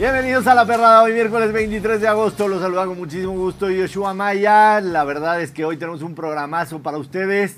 Bienvenidos a La Perrada, hoy miércoles 23 de agosto, los saludan con muchísimo gusto Yoshua Maya. La verdad es que hoy tenemos un programazo para ustedes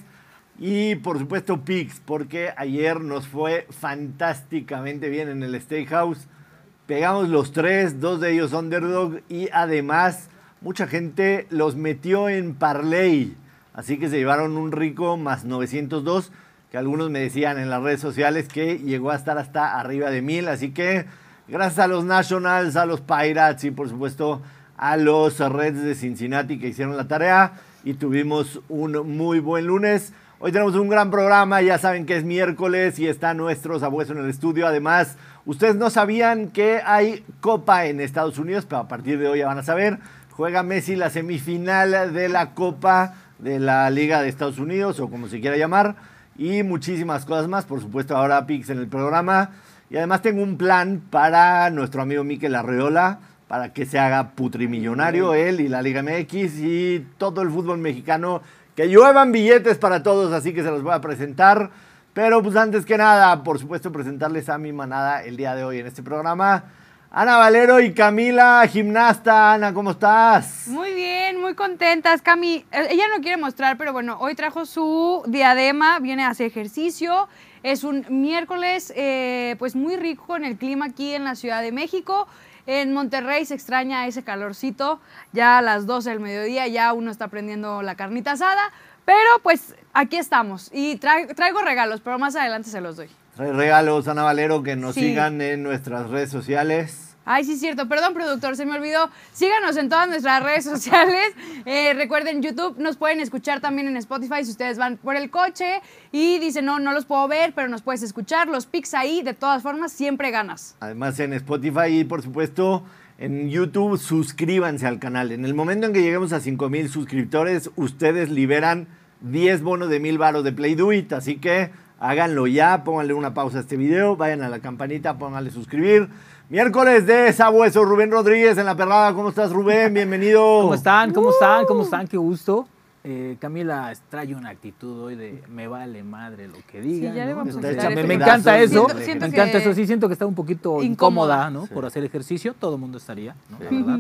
y por supuesto picks, porque ayer nos fue fantásticamente bien en el Steakhouse. Pegamos los tres, dos de ellos underdog y además mucha gente los metió en parlay. Así que se llevaron un rico más 902, que algunos me decían en las redes sociales que llegó a estar hasta arriba de 1000. Así que gracias a los Nationals, a los Pirates y por supuesto a los Reds de Cincinnati que hicieron la tarea y tuvimos un muy buen lunes. Hoy tenemos un gran programa, ya saben que es miércoles y está nuestro sabueso en el estudio. Además, ustedes no sabían que hay Copa en Estados Unidos, pero a partir de hoy ya van a saber. Juega Messi la semifinal de la Copa de la Liga de Estados Unidos, o como se quiera llamar, y muchísimas cosas más. Por supuesto, ahora picks en el programa. Y además tengo un plan para nuestro amigo Mikel Arreola, para que se haga putrimillonario él y la Liga MX y todo el fútbol mexicano. Que lluevan billetes para todos, así que se los voy a presentar. Pero pues antes que nada, por supuesto, presentarles a mi manada el día de hoy en este programa. Ana Valero y Camila, gimnasta. Ana, ¿cómo estás? Muy bien, muy contentas. Cami, ella no quiere mostrar, pero bueno, hoy trajo su diadema, viene a hacer ejercicio. Es un miércoles pues muy rico en el clima aquí en la Ciudad de México. En Monterrey se extraña ese calorcito, ya a las 12 del mediodía ya uno está prendiendo la carnita asada, pero pues aquí estamos y traigo regalos, pero más adelante se los doy. Trae regalos, Ana Valero, que nos sigan en nuestras redes sociales. Ay, sí es cierto. Perdón, productor, se me olvidó. Síganos en todas nuestras redes sociales. Recuerden, YouTube, nos pueden escuchar también en Spotify si ustedes van por el coche y dicen, no los puedo ver, pero nos puedes escuchar. Los pics ahí, de todas formas, siempre ganas. Además, en Spotify y, por supuesto, en YouTube, suscríbanse al canal. En el momento en que lleguemos a 5,000 suscriptores, ustedes liberan 10 bonos de 1,000 varos de Play Do It. Así que háganlo ya, pónganle una pausa a este video, vayan a la campanita, pónganle suscribir. Miércoles de Sabueso, Rubén Rodríguez en La Perrada. ¿Cómo estás, Rubén? Bienvenido. ¿Cómo están? ¿Cómo están? ¿Cómo están? Qué gusto. Camila trae una actitud hoy de me vale madre lo que digan. Sí, ya le ¿no? vamos a Me encanta eso. Siento Me encanta que eso. Sí, siento que está un poquito incómoda, ¿no? Sí. Por hacer ejercicio. Todo el mundo estaría, ¿no? La verdad.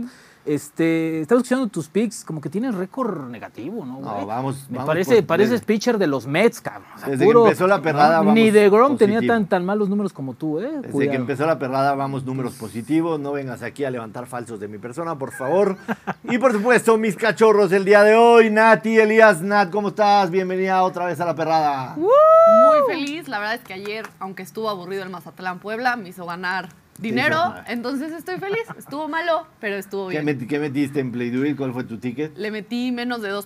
Estaba escuchando tus picks, como que tienes récord negativo, ¿no? No, vamos. Pareces pitcher de los Mets, cabrón. O sea, desde que empezó la perrada, ¿no? vamos. Ni DeGrom tenía tan malos números como tú, ¿eh? Desde Cuidado. que empezó la perrada, vamos números positivos. No vengas aquí a levantar falsos de mi persona, por favor. Y por supuesto, mis cachorros el día de hoy. Nati, Elías, Nat, ¿cómo estás? Bienvenida otra vez a la perrada. Muy feliz. La verdad es que ayer, aunque estuvo aburrido el Mazatlán Puebla, me hizo ganar dinero, entonces estoy feliz. Estuvo malo, pero estuvo bien. ¿Qué metiste en Play Do It? ¿Cuál fue tu ticket? Le metí menos de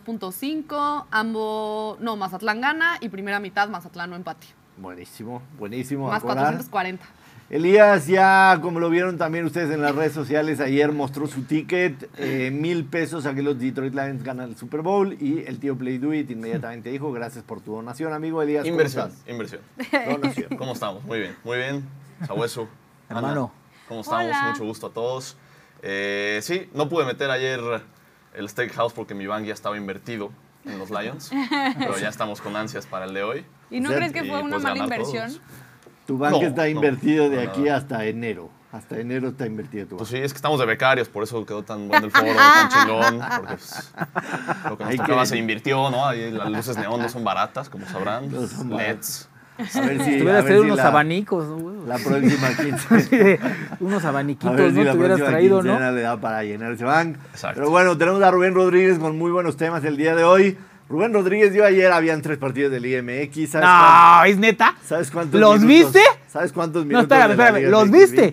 2.5, Mazatlán gana y primera mitad Mazatlán no empate. Buenísimo, buenísimo. Más 440. Elías, ya como lo vieron también ustedes en las redes sociales, ayer mostró su ticket, 1,000 pesos a que los Detroit Lions ganan el Super Bowl y el tío Play Do It inmediatamente dijo, gracias por tu donación, amigo. Elías, ¿cómo estás? Inversión. Donación. ¿Cómo estamos? Muy bien. Sabueso. Hermano. Ana, ¿cómo estamos? Hola. Mucho gusto a todos. Sí, no pude meter ayer el Steakhouse porque mi bank ya estaba invertido en los Lions, pero ya estamos con ansias para el de hoy. ¿Y no crees que fue una mala inversión? Todos. Tu banco está invertido de no, aquí nada. hasta enero. Hasta enero está invertido tu banco. Pues sí, es que estamos de becarios, por eso quedó tan bueno el foro, tan chingón, porque pues, lo que nos tocaba se invirtió, ¿no? Ahí las luces neón no son baratas, como sabrán. No son LEDs. A ver si, Te hubieras traído unos abanicos, ¿no, güey? la próxima quincena. Unos abaniquitos, A ver si ¿no? la Te hubieras próxima traído, quincena ¿no? le da para llenar ese bank. Exacto. Pero bueno, tenemos a Rubén Rodríguez con muy buenos temas el día de hoy. Rubén Rodríguez dio ayer, habían 3 partidos de Liga MX. No, ¿es neta? ¿Sabes cuántos ¿Los minutos? viste? ¿Sabes cuántos No, minutos? espérame, de la espérame. Liga ¿Los MX viste? vi?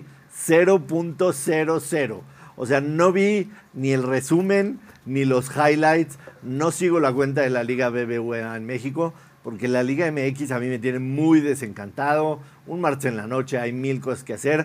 0.00. O sea, no vi ni el resumen, ni los highlights. No sigo la cuenta de la Liga BBVA en México, porque la Liga MX a mí me tiene muy desencantado. Un martes en la noche, hay 1000 cosas que hacer.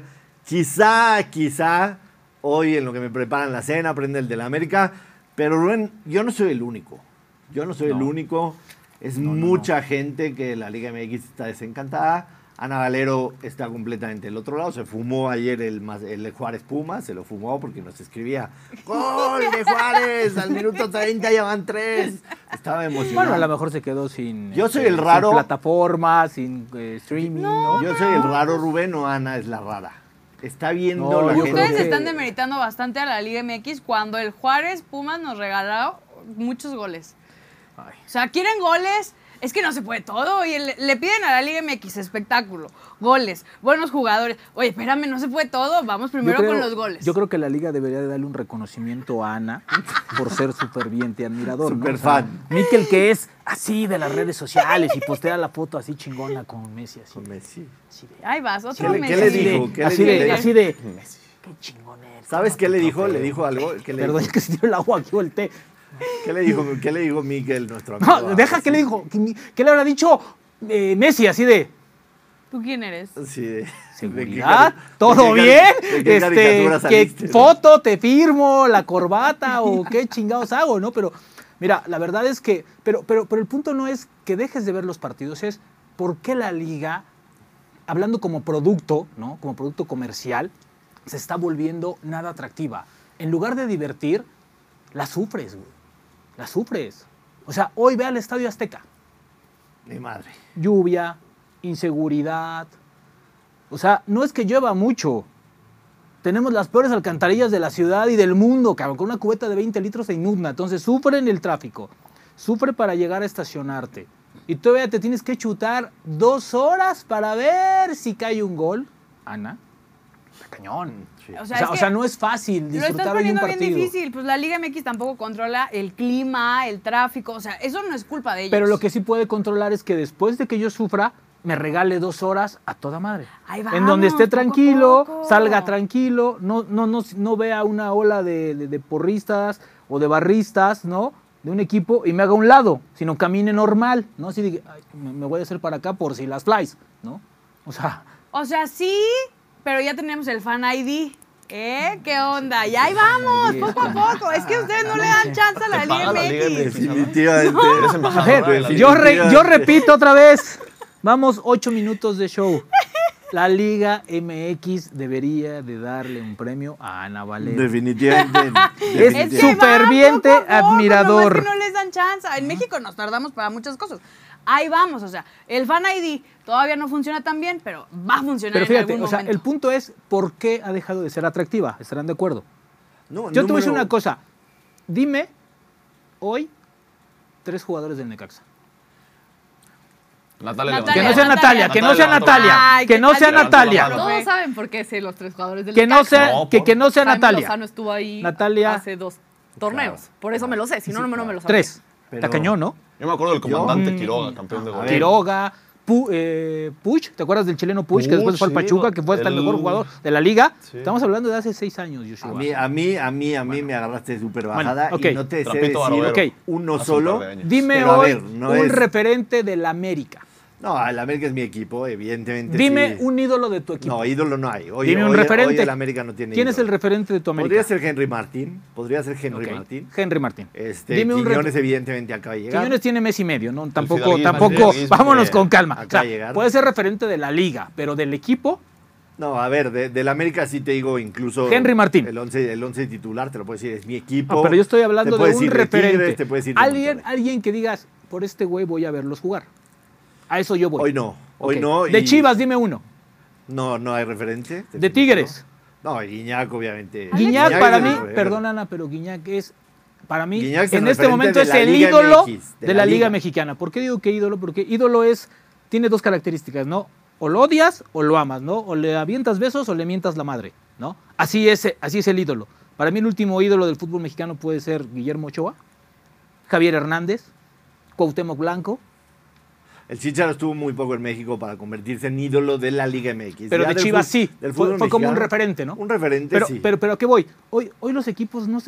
Quizá, hoy en lo que me preparan la cena, prende el de la América. Pero Rubén, yo no soy el único. El único. Es mucha gente que la Liga MX está desencantada. Ana Valero está completamente del otro lado. Se fumó ayer el Juárez Pumas, se lo fumó porque nos escribía ¡Gol de Juárez! Al minuto 30 ya van 3. Estaba emocionado. Bueno, a lo mejor se quedó sin, Yo soy el raro. sin plataforma, sin streaming, ¿no? Yo soy el raro, Rubén, o Ana es la rara. está viendo No, la yo gente. Ustedes que- están demeritando bastante a la Liga MX cuando el Juárez Pumas nos regaló muchos goles. Ay. O sea, quieren goles, es que no se puede todo. Y le piden a la Liga MX espectáculo, goles, buenos jugadores. Oye, espérame, no se puede todo. Vamos primero con los goles. Yo creo que la liga debería de darle un reconocimiento a Ana por ser súper bien admirador, ¿no? Súper O sea, fan. Mikel, que es así de las redes sociales y postea la foto así chingona con Messi, así. Con Messi. Así de, Ahí vas, otro ¿Qué Messi. le dijo? ¿Qué le así dijo? de, así de, Messi. qué chingón eres. ¿Sabes qué le dijo? Le dijo algo. ¿Qué le Perdón, dijo? es que se tiró el agua aquí o el té. ¿Qué le dijo Miguel, nuestro amigo? No, deja que le dijo. ¿Qué le habrá dicho Messi? Así de, ¿Tú quién eres? Sí, de seguridad, de qué todo cari- bien, de qué caricatura qué saliste, ¿no? foto te firmo, la corbata o qué chingados hago, ¿no? Pero mira, la verdad es que, pero el punto no es que dejes de ver los partidos, es por qué la liga, hablando como producto, ¿no? Como producto comercial, se está volviendo nada atractiva. En lugar de divertir, la sufres, güey. La sufres. O sea, hoy ve al Estadio Azteca. Mi madre. Lluvia, inseguridad. O sea, no es que llueva mucho. Tenemos las peores alcantarillas de la ciudad y del mundo, cabrón. Con una cubeta de 20 litros se inunda. Entonces sufre en el tráfico. Sufre para llegar a estacionarte. Y todavía te tienes que chutar 2 horas para ver si cae un gol. Ana, está cañón. Sí. O sea, es O que sea, no es fácil lo estás disfrutar hoy un poniendo bien partido. difícil. Pues la Liga MX tampoco controla el clima, el tráfico. O sea, eso no es culpa de ellos. Pero lo que sí puede controlar es que después de que yo sufra, me regale 2 horas a toda madre. Ahí En donde esté vamos, poco a tranquilo, poco. salga tranquilo, no vea una ola de porristas o de barristas, ¿no? De un equipo y me haga a un lado, sino camine normal, ¿no? Así de, ay, me voy a hacer para acá por si las flies, ¿no? O sea, sí, pero ya tenemos el Fan ID. ¿Qué onda? Y ahí vamos, poco a poco. Es que ustedes no le dan chance a la Te paga la Liga Liga MX. MX. Definitivamente. Eres a embajadora de la ver, liga. yo repito otra vez. Vamos, 8 minutos de show. La Liga MX debería de darle un premio a Ana Valera. Definitivamente. Es definitivamente. que Superviente, van poco a poco, admirador. nomás que no les dan chance. En México nos tardamos para muchas cosas. Ahí vamos, o sea, el Fan ID todavía no funciona tan bien, pero va a funcionar Pero en fíjate, algún o sea, momento. el punto es por qué ha dejado de ser atractiva. ¿Estarán de acuerdo? No, Yo te voy a decir número- una cosa. Dime hoy 3 jugadores del Necaxa. Natalia Natalia. Que no levantó sea la mano. Natalia, que no sea levantó la mano. Natalia, Ay, que ¿qué no tal sea que levantó la Natalia. mano? Todos saben por qué sé los 3 jugadores del Que no Necaxa. sea, No, que no sea Jaime Natalia. Lozano estuvo ahí Natalia. hace 2 torneos. Por eso me lo sé, si no, no me lo sabía. 3. Pero- Está cañón, ¿no? Yo me acuerdo del comandante Quiroga, campeón de A gol. ver. Quiroga, Puch, ¿te acuerdas del chileno Puch, que después fue al sí, Pachuca, que fue hasta el el- mejor jugador de la liga? Sí. Estamos hablando de hace 6 años, Joshua. A mí me agarraste súper bajada Bueno, ok. y no te sé Trapito decir Barovero. Ok. uno Hace un solo. par de años. Dime Pero a hoy ver, no un es- referente del América. No, el América es mi equipo, evidentemente. Dime sí. un ídolo de tu equipo. No, ídolo no hay. Hoy, Dime un hoy- referente. Hoy el América no tiene ¿Quién es el ídolo. referente de tu América? Podría ser Henry Martín. Podría ser Henry Ok, Martín. Henry Martín. Dime Quiñones evidentemente acaba de llegar. Quiñones tiene mes y medio, ¿no? Tampoco, fidalguismo. vámonos con calma. Acaba O sea, de llegar. puede ser referente de la liga, pero del equipo, No, a ver, del América sí te digo incluso... Once Martín. El once titular, te lo puedo decir, es mi equipo. no, pero yo estoy hablando Te puedo de un decir referente. Tigres, te puedo decir de alguien, Monterrey. alguien que digas, por este güey voy a verlos jugar. A eso yo voy. Hoy no, hoy Ok. no. De y- Chivas, dime uno. No, no hay referente. De Tigres. No, Guiñac, obviamente. Guiñac es para el mí, referente. perdón Ana, pero Guiñac es, para mí, Guiñac es el en este referente momento de es la el Liga ídolo MX, de la Liga Mexicana. ¿Por qué digo que ídolo? Porque ídolo tiene 2 características, ¿no? O lo odias o lo amas, ¿no? O le avientas besos o le mientas la madre, ¿no? Así es el ídolo. Para mí el último ídolo del fútbol mexicano puede ser Guillermo Ochoa, Javier Hernández, Cuauhtémoc Blanco, El Chicharo estuvo muy poco en México para convertirse en ídolo de la Liga MX. pero Ya de del Chivas sí, del fue fútbol como un mexicano, referente, ¿no? Un referente, Pero, sí. pero ¿a qué voy? Hoy los equipos no se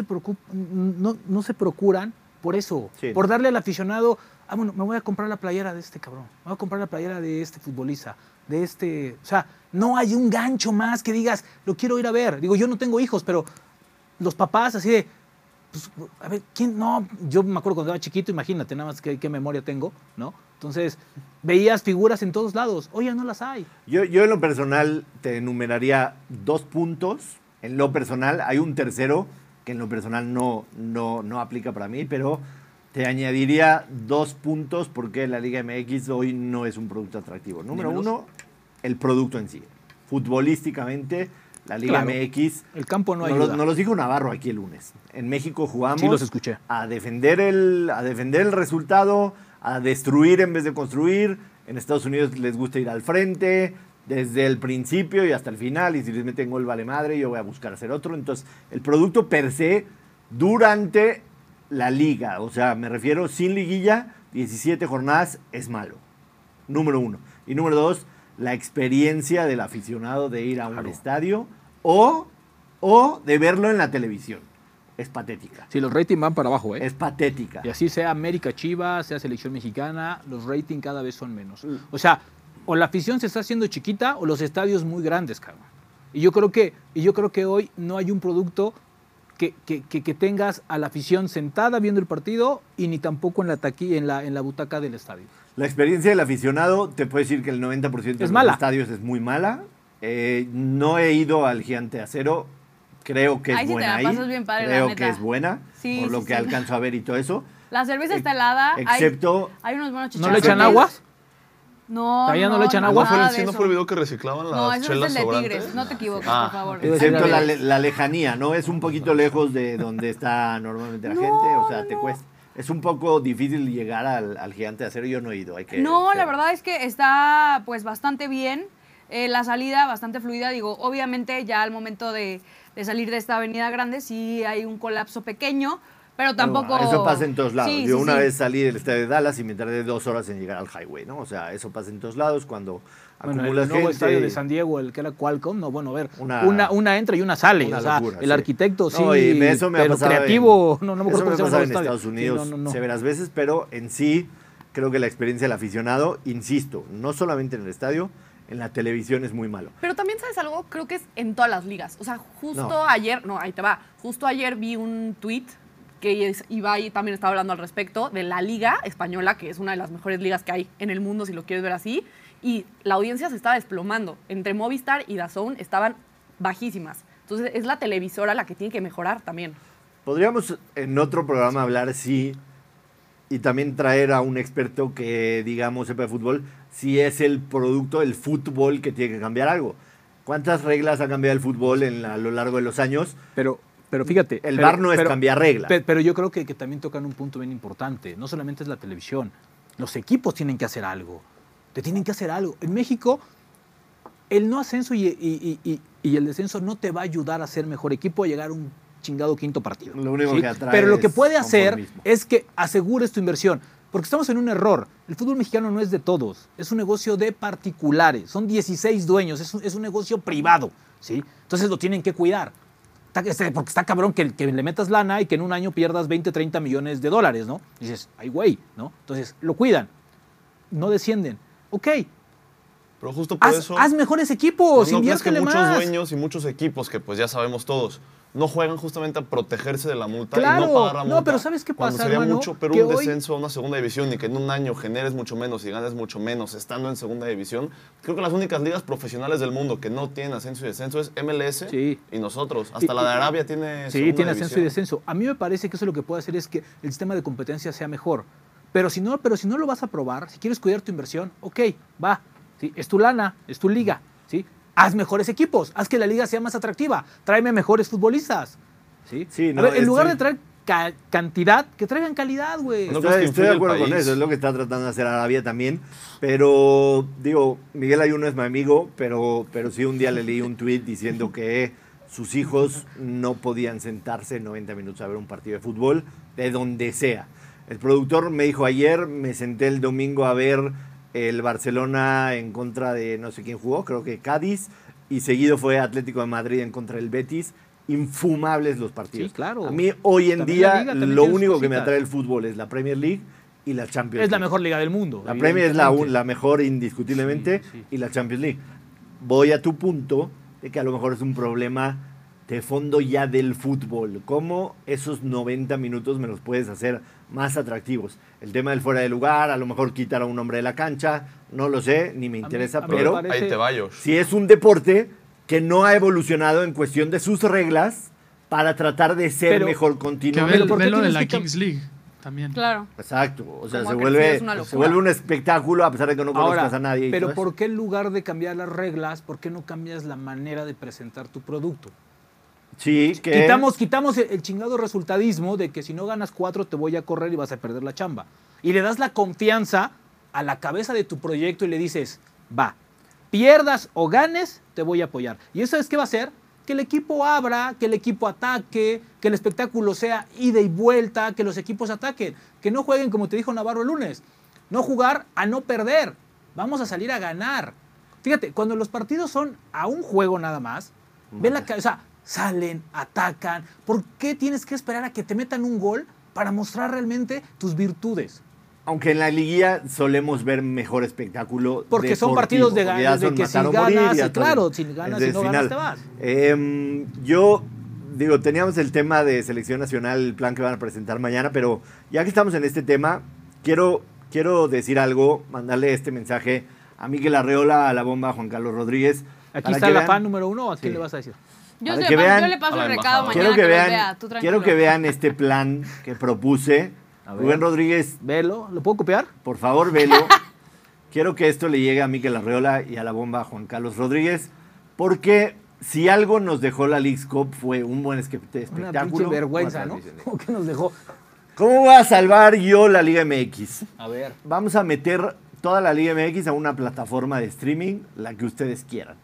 procuran por eso, Sí. por darle al aficionado, bueno, me voy a comprar la playera de este cabrón, me voy a comprar la playera de este futbolista, de este, o sea, no hay un gancho más que digas, lo quiero ir a ver. Digo, yo no tengo hijos, pero los papás así de, pues, a ver, ¿quién? No, yo me acuerdo cuando era chiquito, imagínate nada más qué memoria tengo, ¿no? Entonces, veías figuras en todos lados, hoy ya no las hay. Yo en lo personal te enumeraría 2 puntos. En lo personal hay un tercero que en lo personal no aplica para mí, pero te añadiría 2 puntos porque la Liga MX hoy no es un producto atractivo. Número Dímelos. 1, el producto en sí. Futbolísticamente la Liga Claro. MX. El campo no Nos ayuda. los dijo Navarro aquí el lunes. En México jugamos Sí, los escuché. a defender el resultado, a destruir en vez de construir. En Estados Unidos les gusta ir al frente desde el principio y hasta el final. Y si les meten gol vale madre, yo voy a buscar hacer otro. Entonces, el producto per se durante la liga, o sea, me refiero sin liguilla, 17 jornadas es malo. Número 1. Y número 2, la experiencia del aficionado de ir a un estadio o de verlo en la televisión. Es patética. Sí, los ratings van para abajo, Es patética. Y así sea América Chivas, sea selección mexicana, los ratings cada vez son menos. O sea, o la afición se está haciendo chiquita o los estadios muy grandes, cabrón. Y yo creo que hoy no hay un producto que tengas a la afición sentada viendo el partido y ni tampoco en la butaca del estadio. La experiencia del aficionado, te puedo decir que el 90% de los mala. estadios es muy mala. No he ido al Gigante Acero. Creo que es Ahí sí te buena la ahí. pasas bien padre, la Creo neta. que es buena, Sí, por lo sí, que sí. alcanzo a ver y todo eso. La cerveza está helada. Excepto Hay unos buenos ¿No chicharrones. le echan agua? No, ¿Allá no le echan agua? nada ¿Sí de no eso. fue el video que reciclaban No, las eso es chelas el de sobrantes? Tigres. No te equivoques, Ah. por favor. Excepto la lejanía, ¿no? Es un poquito lejos de donde está normalmente la gente, o sea, te cuesta. Es un poco difícil llegar al Gigante de Acero, yo no he ido. No, la verdad es que está pues bastante bien. La salida bastante fluida, digo, obviamente ya al momento de salir de esta avenida grande sí hay un colapso pequeño, pero tampoco... Eso pasa en todos lados. Sí, Yo sí, una sí. vez salí del estadio de Dallas y me tardé 2 horas en llegar al highway, ¿no? O sea, eso pasa en todos lados cuando Bueno, acumulas el nuevo gente. estadio de San Diego, el que era Qualcomm, no, bueno, a ver, Una- una entra y una sale. una O sea, locura, el sí. arquitecto sí, No, y eso me ha pero pasado creativo, no me eso acuerdo me ha cómo se llama pasado el en estadio. Estados Unidos Sí, no. severas veces, pero en sí creo que la experiencia del aficionado, insisto, no solamente en el estadio, en la televisión es muy malo. Pero también, ¿sabes algo? Creo que es en todas las ligas. O sea, justo No. ayer, no, ahí te va. Justo ayer vi un tweet que Ibai también estaba hablando al respecto de la Liga Española, que es una de las mejores ligas que hay en el mundo, si lo quieres ver así. Y la audiencia se estaba desplomando. Entre Movistar y DAZN estaban bajísimas. Entonces, es la televisora la que tiene que mejorar también. Podríamos en otro programa hablar, sí, y también traer a un experto que, digamos, sepa de fútbol, si es el producto del fútbol que tiene que cambiar algo. ¿Cuántas reglas ha cambiado el fútbol a lo largo de los años? Pero fíjate. El VAR no es cambiar reglas. Pero yo creo que también tocan un punto bien importante. No solamente es la televisión. Los equipos tienen que hacer algo. Te tienen que hacer algo. En México, el no ascenso y el descenso no te va a ayudar a ser mejor equipo, a llegar a un chingado quinto partido. Lo único ¿sí? que atrae Pero lo que es puede hacer conformismo. es que asegures tu inversión. Porque estamos en un error. El fútbol mexicano no es de todos. Es un negocio de particulares. Son 16 dueños. Es un negocio privado. ¿sí? Entonces lo tienen que cuidar. Porque está cabrón que le metas lana y que en un año pierdas 20, 30 millones de dólares, ¿no? Y dices, ay, güey, ¿no? Entonces lo cuidan. No descienden. Ok. Pero justo por eso... Haz mejores equipos. ¿No crees que Inviértele muchos más. dueños y muchos equipos, que pues ya sabemos todos, no juegan justamente a protegerse de la multa y Claro, no pagar la no, multa? pero ¿sabes qué Cuando pasa, sería hermano? mucho, pero Que un hoy- descenso a una segunda división y que en un año generes mucho menos y ganes mucho menos estando en segunda división. Creo que las únicas ligas profesionales del mundo que no tienen ascenso y descenso es MLS Sí. y nosotros. Hasta la de Arabia tiene Sí, segunda tiene ascenso y división. descenso. A mí me parece que eso lo que puede hacer es que el sistema de competencia sea mejor. Pero si no lo vas a probar, si quieres cuidar tu inversión, ok, va. ¿sí? Es tu lana, es tu liga. ¿sí? Haz mejores equipos, haz que la liga sea más atractiva, tráeme mejores futbolistas. ¿sí? Sí, A no, ver, en lugar estoy- de traer cantidad, que traigan calidad, güey. No crees que Estoy de influye el acuerdo con país. eso, es lo que está tratando de hacer Arabia también. Pero, digo, Miguel Ayuno es mi amigo, pero sí un día le leí un tuit diciendo que sus hijos no podían sentarse 90 minutos a ver un partido de fútbol, de donde sea. El productor me dijo ayer, me senté el domingo a ver el Barcelona en contra de no sé quién jugó, creo que Cádiz, y seguido fue Atlético de Madrid en contra del Betis. Infumables los partidos. Sí, claro. A mí hoy en También la día liga también lo tiene sus único que me cositas. atrae el fútbol es la Premier League y la Champions Es la League. mejor liga del mundo. La Premier es evidentemente. la mejor indiscutiblemente Sí, sí. y la Champions League. Voy a tu punto de que a lo mejor es un problema de fondo ya del fútbol. ¿Cómo esos 90 minutos me los puedes hacer más atractivos? El tema del fuera de lugar, a lo mejor quitar a un hombre de la cancha, no lo sé, ni me interesa, a mí me pero parece- Ahí te va, Josh. si es un deporte que no ha evolucionado en cuestión de sus reglas para tratar de ser Pero- mejor Que continuamente. ¿por qué ve lo de tienes la que Kings League. también. Claro. Exacto. O sea, Como se ha crecido, es vuelve, una se locura. vuelve un espectáculo a pesar de que no conozcas a nadie. y pero todo eso. ¿por qué en lugar de cambiar las reglas, por qué no cambias la manera de presentar tu producto? Sí, que... Quitamos el chingado resultadismo de que si no ganas 4 te voy a correr y vas a perder la chamba. Y le das la confianza a la cabeza de tu proyecto y le dices, va, pierdas o ganes, te voy a apoyar. ¿Y eso es qué va a hacer? Que el equipo abra, que el equipo ataque, que el espectáculo sea ida y vuelta, que los equipos ataquen, que no jueguen como te dijo Navarro el lunes, no jugar a no perder, vamos a salir a ganar. Fíjate, cuando los partidos son a un juego nada más, ve la cabeza, salen, atacan. ¿Por qué tienes que esperar a que te metan un gol para mostrar realmente tus virtudes? Aunque en la liguilla solemos ver mejor espectáculo. Porque son deportivo, partidos de porque ya de son que si matar o morir, ganas, ya todo. claro, si ganas y no ganas te vas. Yo digo, teníamos el tema de selección nacional, el plan que van a presentar mañana, pero ya que estamos en este tema, quiero decir algo, mandarle este mensaje a Mikel Arreola, a la bomba, a Juan Carlos Rodríguez. Aquí para está que la vean- fan número 1, ¿a quién Sí. le vas a decir? Yo, Para se que lo paso- vean- yo le paso a la el recado embajada. mañana Quiero que los vean, vea, tú quiero que tranquilo. vean este plan que propuse. A ver. Rubén Rodríguez, Velo, ¿lo puedo copiar? por favor, velo. Quiero que esto le llegue a Mikel Arreola y a la bomba Juan Carlos Rodríguez, porque si algo nos dejó la Leagues Cup fue un buen Una espectáculo. pinche vergüenza, Una ¿no? transmisión. ¿Cómo que nos dejó? ¿Cómo voy a salvar yo la Liga MX? A ver. Vamos a meter toda la Liga MX a una plataforma de streaming, la que ustedes quieran.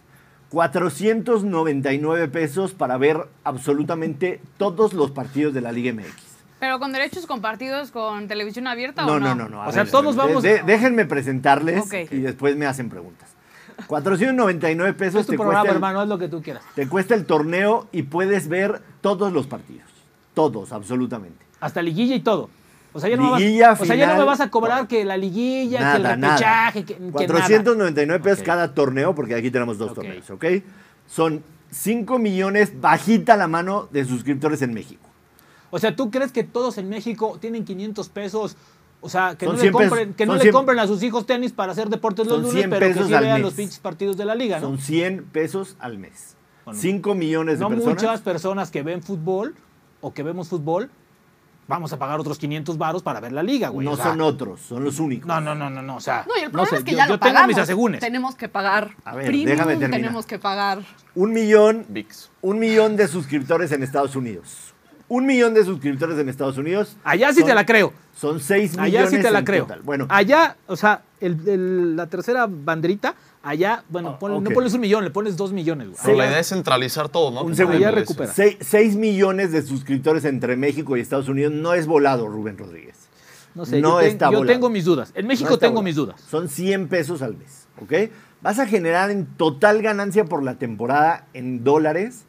499 pesos para ver absolutamente todos los partidos de la Liga MX. Pero con derechos compartidos con televisión abierta No, o no, no. no, no. a O sea, ver, todos vamos- déjenme presentarles Ok. y después me hacen preguntas. 499 pesos Es tu te programa, cuesta, hermano, haz lo que tú quieras. te cuesta el torneo y puedes ver todos los partidos. Todos, absolutamente. Hasta liguilla y todo. O sea, ya Liguilla, no me final, vas a cobrar todo. que la liguilla, que Nada, el nada. repechaje, que nada. 499 pesos Ok. cada torneo, porque aquí tenemos dos Ok. torneos, ¿ok? Son 5 millones bajita la mano de suscriptores en México. O sea, ¿tú crees que todos en México tienen 500 pesos? O sea, que Son no le 100 pesos, compren, que no son le 100 compren a sus hijos tenis para hacer deportes los Son lunes, 100 pero que pesos sí al vean mes. los pinches partidos de la liga, ¿no? Son 100 pesos al mes. Bueno, 5 millones de no personas. muchas personas que ven fútbol o que vemos fútbol, vamos a pagar otros 500 varos para ver la liga, güey. No O sea, son otros, son los únicos. No, o sea, No, y el problema sé, es que yo, ya yo lo tengo pagamos. mis asegúnes. Tenemos que pagar A ver, premium, déjame terminar. tenemos que pagar... 1 millón, VIX. 1 millón de suscriptores en Estados Unidos. 1 millón de suscriptores en Estados Unidos. Allá sí te la creo. Son 6 millones Allá sí te la en creo. total. Bueno, Allá, o sea, la tercera banderita, allá, bueno, ok. no pones 1 millón, le pones 2 millones, güey. Pero la idea es centralizar todo, ¿no? Un Como segundo. la Ya MLS. recupera. 6 millones de suscriptores entre México y Estados Unidos no es volado, Rubén Rodríguez. No sé, No está yo volado. tengo mis dudas. En No México está tengo volado. mis dudas. Son 100 pesos al mes, ¿ok? Vas a generar en total ganancia por la temporada en dólares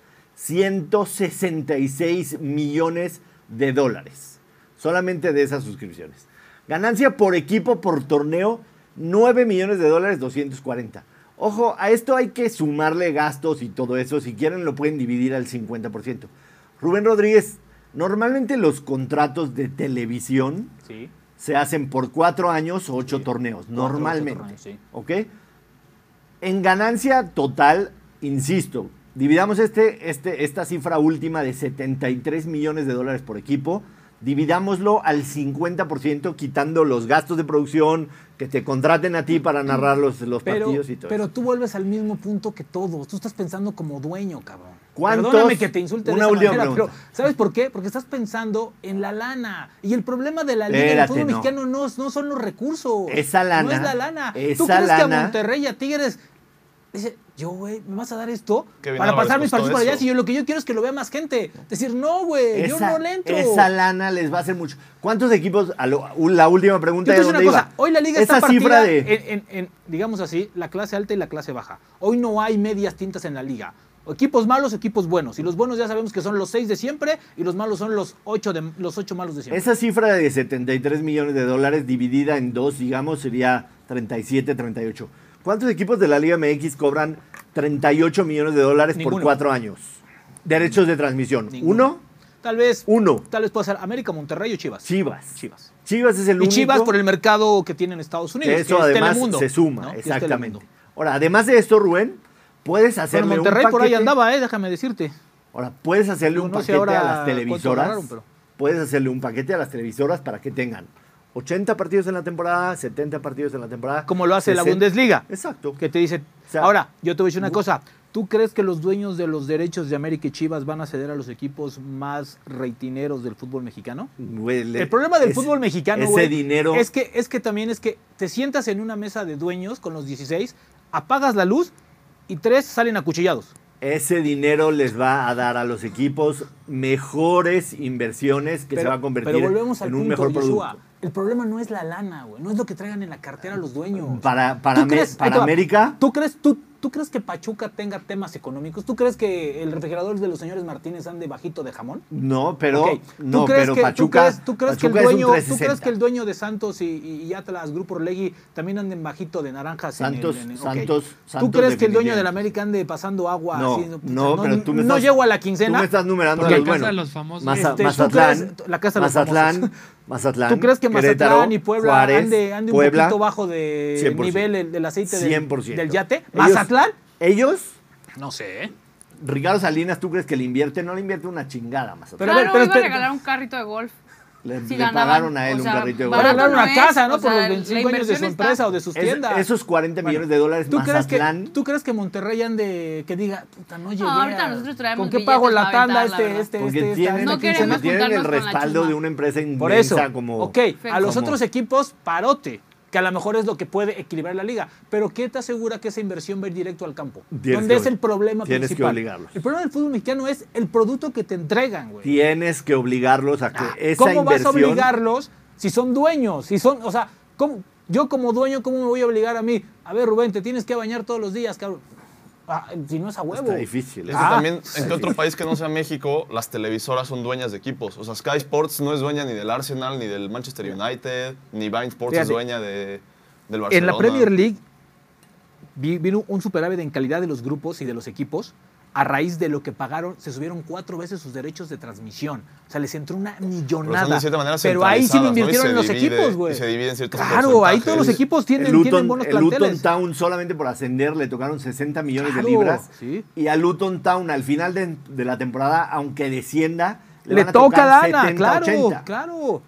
166 millones de dólares. Solamente de esas suscripciones. Ganancia por equipo por torneo, 9 millones de dólares, 240. Ojo, a esto hay que sumarle gastos y todo eso. Si quieren lo pueden dividir al 50%. Rubén Rodríguez, normalmente los contratos de televisión Sí. se hacen por 4 años o 8 torneos, 4 normalmente. torneos, sí. ¿Ok? En ganancia total, insisto, dividamos esta cifra última de 73 millones de dólares por equipo, dividámoslo al 50%, quitando los gastos de producción, que te contraten a ti para narrar los partidos y todo Pero eso. tú vuelves al mismo punto que todos. Tú estás pensando como dueño, cabrón. ¿Cuántos? Perdóname que te insulte de Una esa última manera, pero pregunta. ¿sabes por qué? Porque estás pensando en la lana. Y el problema de la liga del Espérate, fútbol no. mexicano no son los recursos. Esa lana, No es la lana. ¿Tú esa crees que lana- a Monterrey y a Tigres dice, yo, güey, ¿me vas a dar esto? Kevin Para Álvarez pasar mis costó partidos para allá. eso. Si yo lo que yo quiero es que lo vea más gente. Decir, no, güey, yo no le entro. Esa lana les va a hacer mucho. ¿Cuántos equipos? La última pregunta Yo te es voy a dónde decir una iba. cosa, hoy la liga Esa está cifra partida de en, digamos así, la clase alta y la clase baja. Hoy no hay medias tintas en la liga. O equipos malos, equipos buenos. Y los buenos ya sabemos que son los 6 de siempre y los malos son los 8 malos de siempre. esa cifra de 73 millones de dólares dividida en 2, digamos, sería 37, 38. ¿Cuántos equipos de la Liga MX cobran 38 millones de dólares por Ninguno. 4 años? Derechos de transmisión. Ninguno. Tal vez Uno. Tal vez pueda ser América, Monterrey o Chivas. Chivas. Chivas. Chivas es el Y único. Chivas por el mercado que tiene en Estados Unidos. que eso que es además Telemundo, se suma, ¿no? Que es exactamente. Telemundo. Ahora, además de esto, Rubén, puedes Pero hacerle Monterrey un por ahí paquete- andaba, déjame decirte. Ahora, puedes hacerle Digo, un no sé paquete ahora a las cuánto televisoras. agarraron, pero- puedes hacerle un paquete a las televisoras para que tengan 80 partidos en la temporada, 70 partidos en la temporada. Como lo hace la 60. Bundesliga. Exacto. Que te dice, sea, ahora, yo te voy a decir una cosa. ¿Tú crees que los dueños de los derechos de América y Chivas van a ceder a los equipos más reitineros del fútbol mexicano? El problema del fútbol mexicano, ese güey, dinero es que también es que te sientas en una mesa de dueños con los 16, apagas la luz y 3 salen acuchillados. Ese dinero les va a dar a los equipos mejores inversiones que se va a convertir pero volvemos al en un punto, mejor Yoshua. producto. El problema no es la lana, güey. No es lo que traigan en la cartera los dueños. Para ¿Tú crees- ahí te va. América, ¿Tú crees que Pachuca tenga temas económicos? ¿Tú crees que el refrigerador de los señores Martínez ande bajito de jamón? no, pero Ok. no, pero Pachuca, ¿Tú crees que el Pachuca es un dueño, ¿tú 360. crees que el dueño de Santos y Atlas, Grupo Orlegui, también anden bajito de naranjas? Santos, ok. Santos, ¿Tú Santos crees que el dueño definitivamente. del América ande pasando agua? No, así, puta, no, pero tú me no estás- llego a la quincena. Tú me estás numerando Porque a los la casa buenos. de los famosos. ¿tú Mazatlán, crees- la casa de los famosos. Mazatlán. ¿Tú crees que Querétaro, Mazatlán y Puebla Juárez, ande un Puebla, poquito bajo de 100%. nivel del aceite 100%. del yate? Ellos- ¿Mazatlán? Ellos, No sé. Ricardo Salinas, ¿tú crees que le invierte? No le invierte una chingada a Mazatlán. Pero a ver, Claro, pero iba a espera. regalar un carrito de golf. Le Si le ganaban, pagaron a él o un sea, carrito de Va a golf. regalar barato una no es, casa, ¿no? o Por sea, los 25 años de inversión su está- empresa o de su tiendas. Esos 40 millones de dólares, Mazatlán. ¿Tú crees que Monterrey ande que diga, puta, no llegué? ahorita nosotros traemos ¿Con qué billetes pago la para tanda aventar, la verdad. Porque tienen, No esta queremos quincena? porque tienen el juntarnos con la respaldo chusma. de una empresa inmensa Por eso, como... ok, a los como- otros equipos, parote, que a lo mejor es lo que puede equilibrar la liga. Pero ¿qué te asegura que esa inversión va a ir directo al campo? Tienes ¿Dónde que es el problema tienes que principal? obligarlos. El problema del fútbol mexicano es el producto que te entregan, güey. Tienes que obligarlos a que esa ¿Cómo vas a inversión... obligarlos si son dueños? Si son, o sea, yo como dueño, ¿cómo me voy a obligar a mí? A ver, Rubén, te tienes que bañar todos los días, cabrón. Si no es a huevo. Está difícil. Es que también, ¿en qué otro país que no sea México, las televisoras son dueñas de equipos? O sea, Sky Sports no es dueña ni del Arsenal, ni del Manchester United, ni Bein Sports Fíjate, es dueña del Barcelona. En la Premier League vino un superávit en calidad de los grupos y de los equipos. A raíz de lo que pagaron, se subieron 4 veces sus derechos de transmisión. O sea, les entró una Pero son millonada. de cierta manera Pero ahí sí lo centralizadas, ¿no? Y invirtieron se en los divide- equipos, güey. y se divide en ciertos Claro, ahí porcentajes. todos los equipos tienen buenos el Luton planteles. Town solamente por ascender le tocaron 60 millones Claro, de libras. sí. Y a Luton Town al final de la temporada, aunque descienda, Le van a toca tocar lana, 70, claro, 80. claro.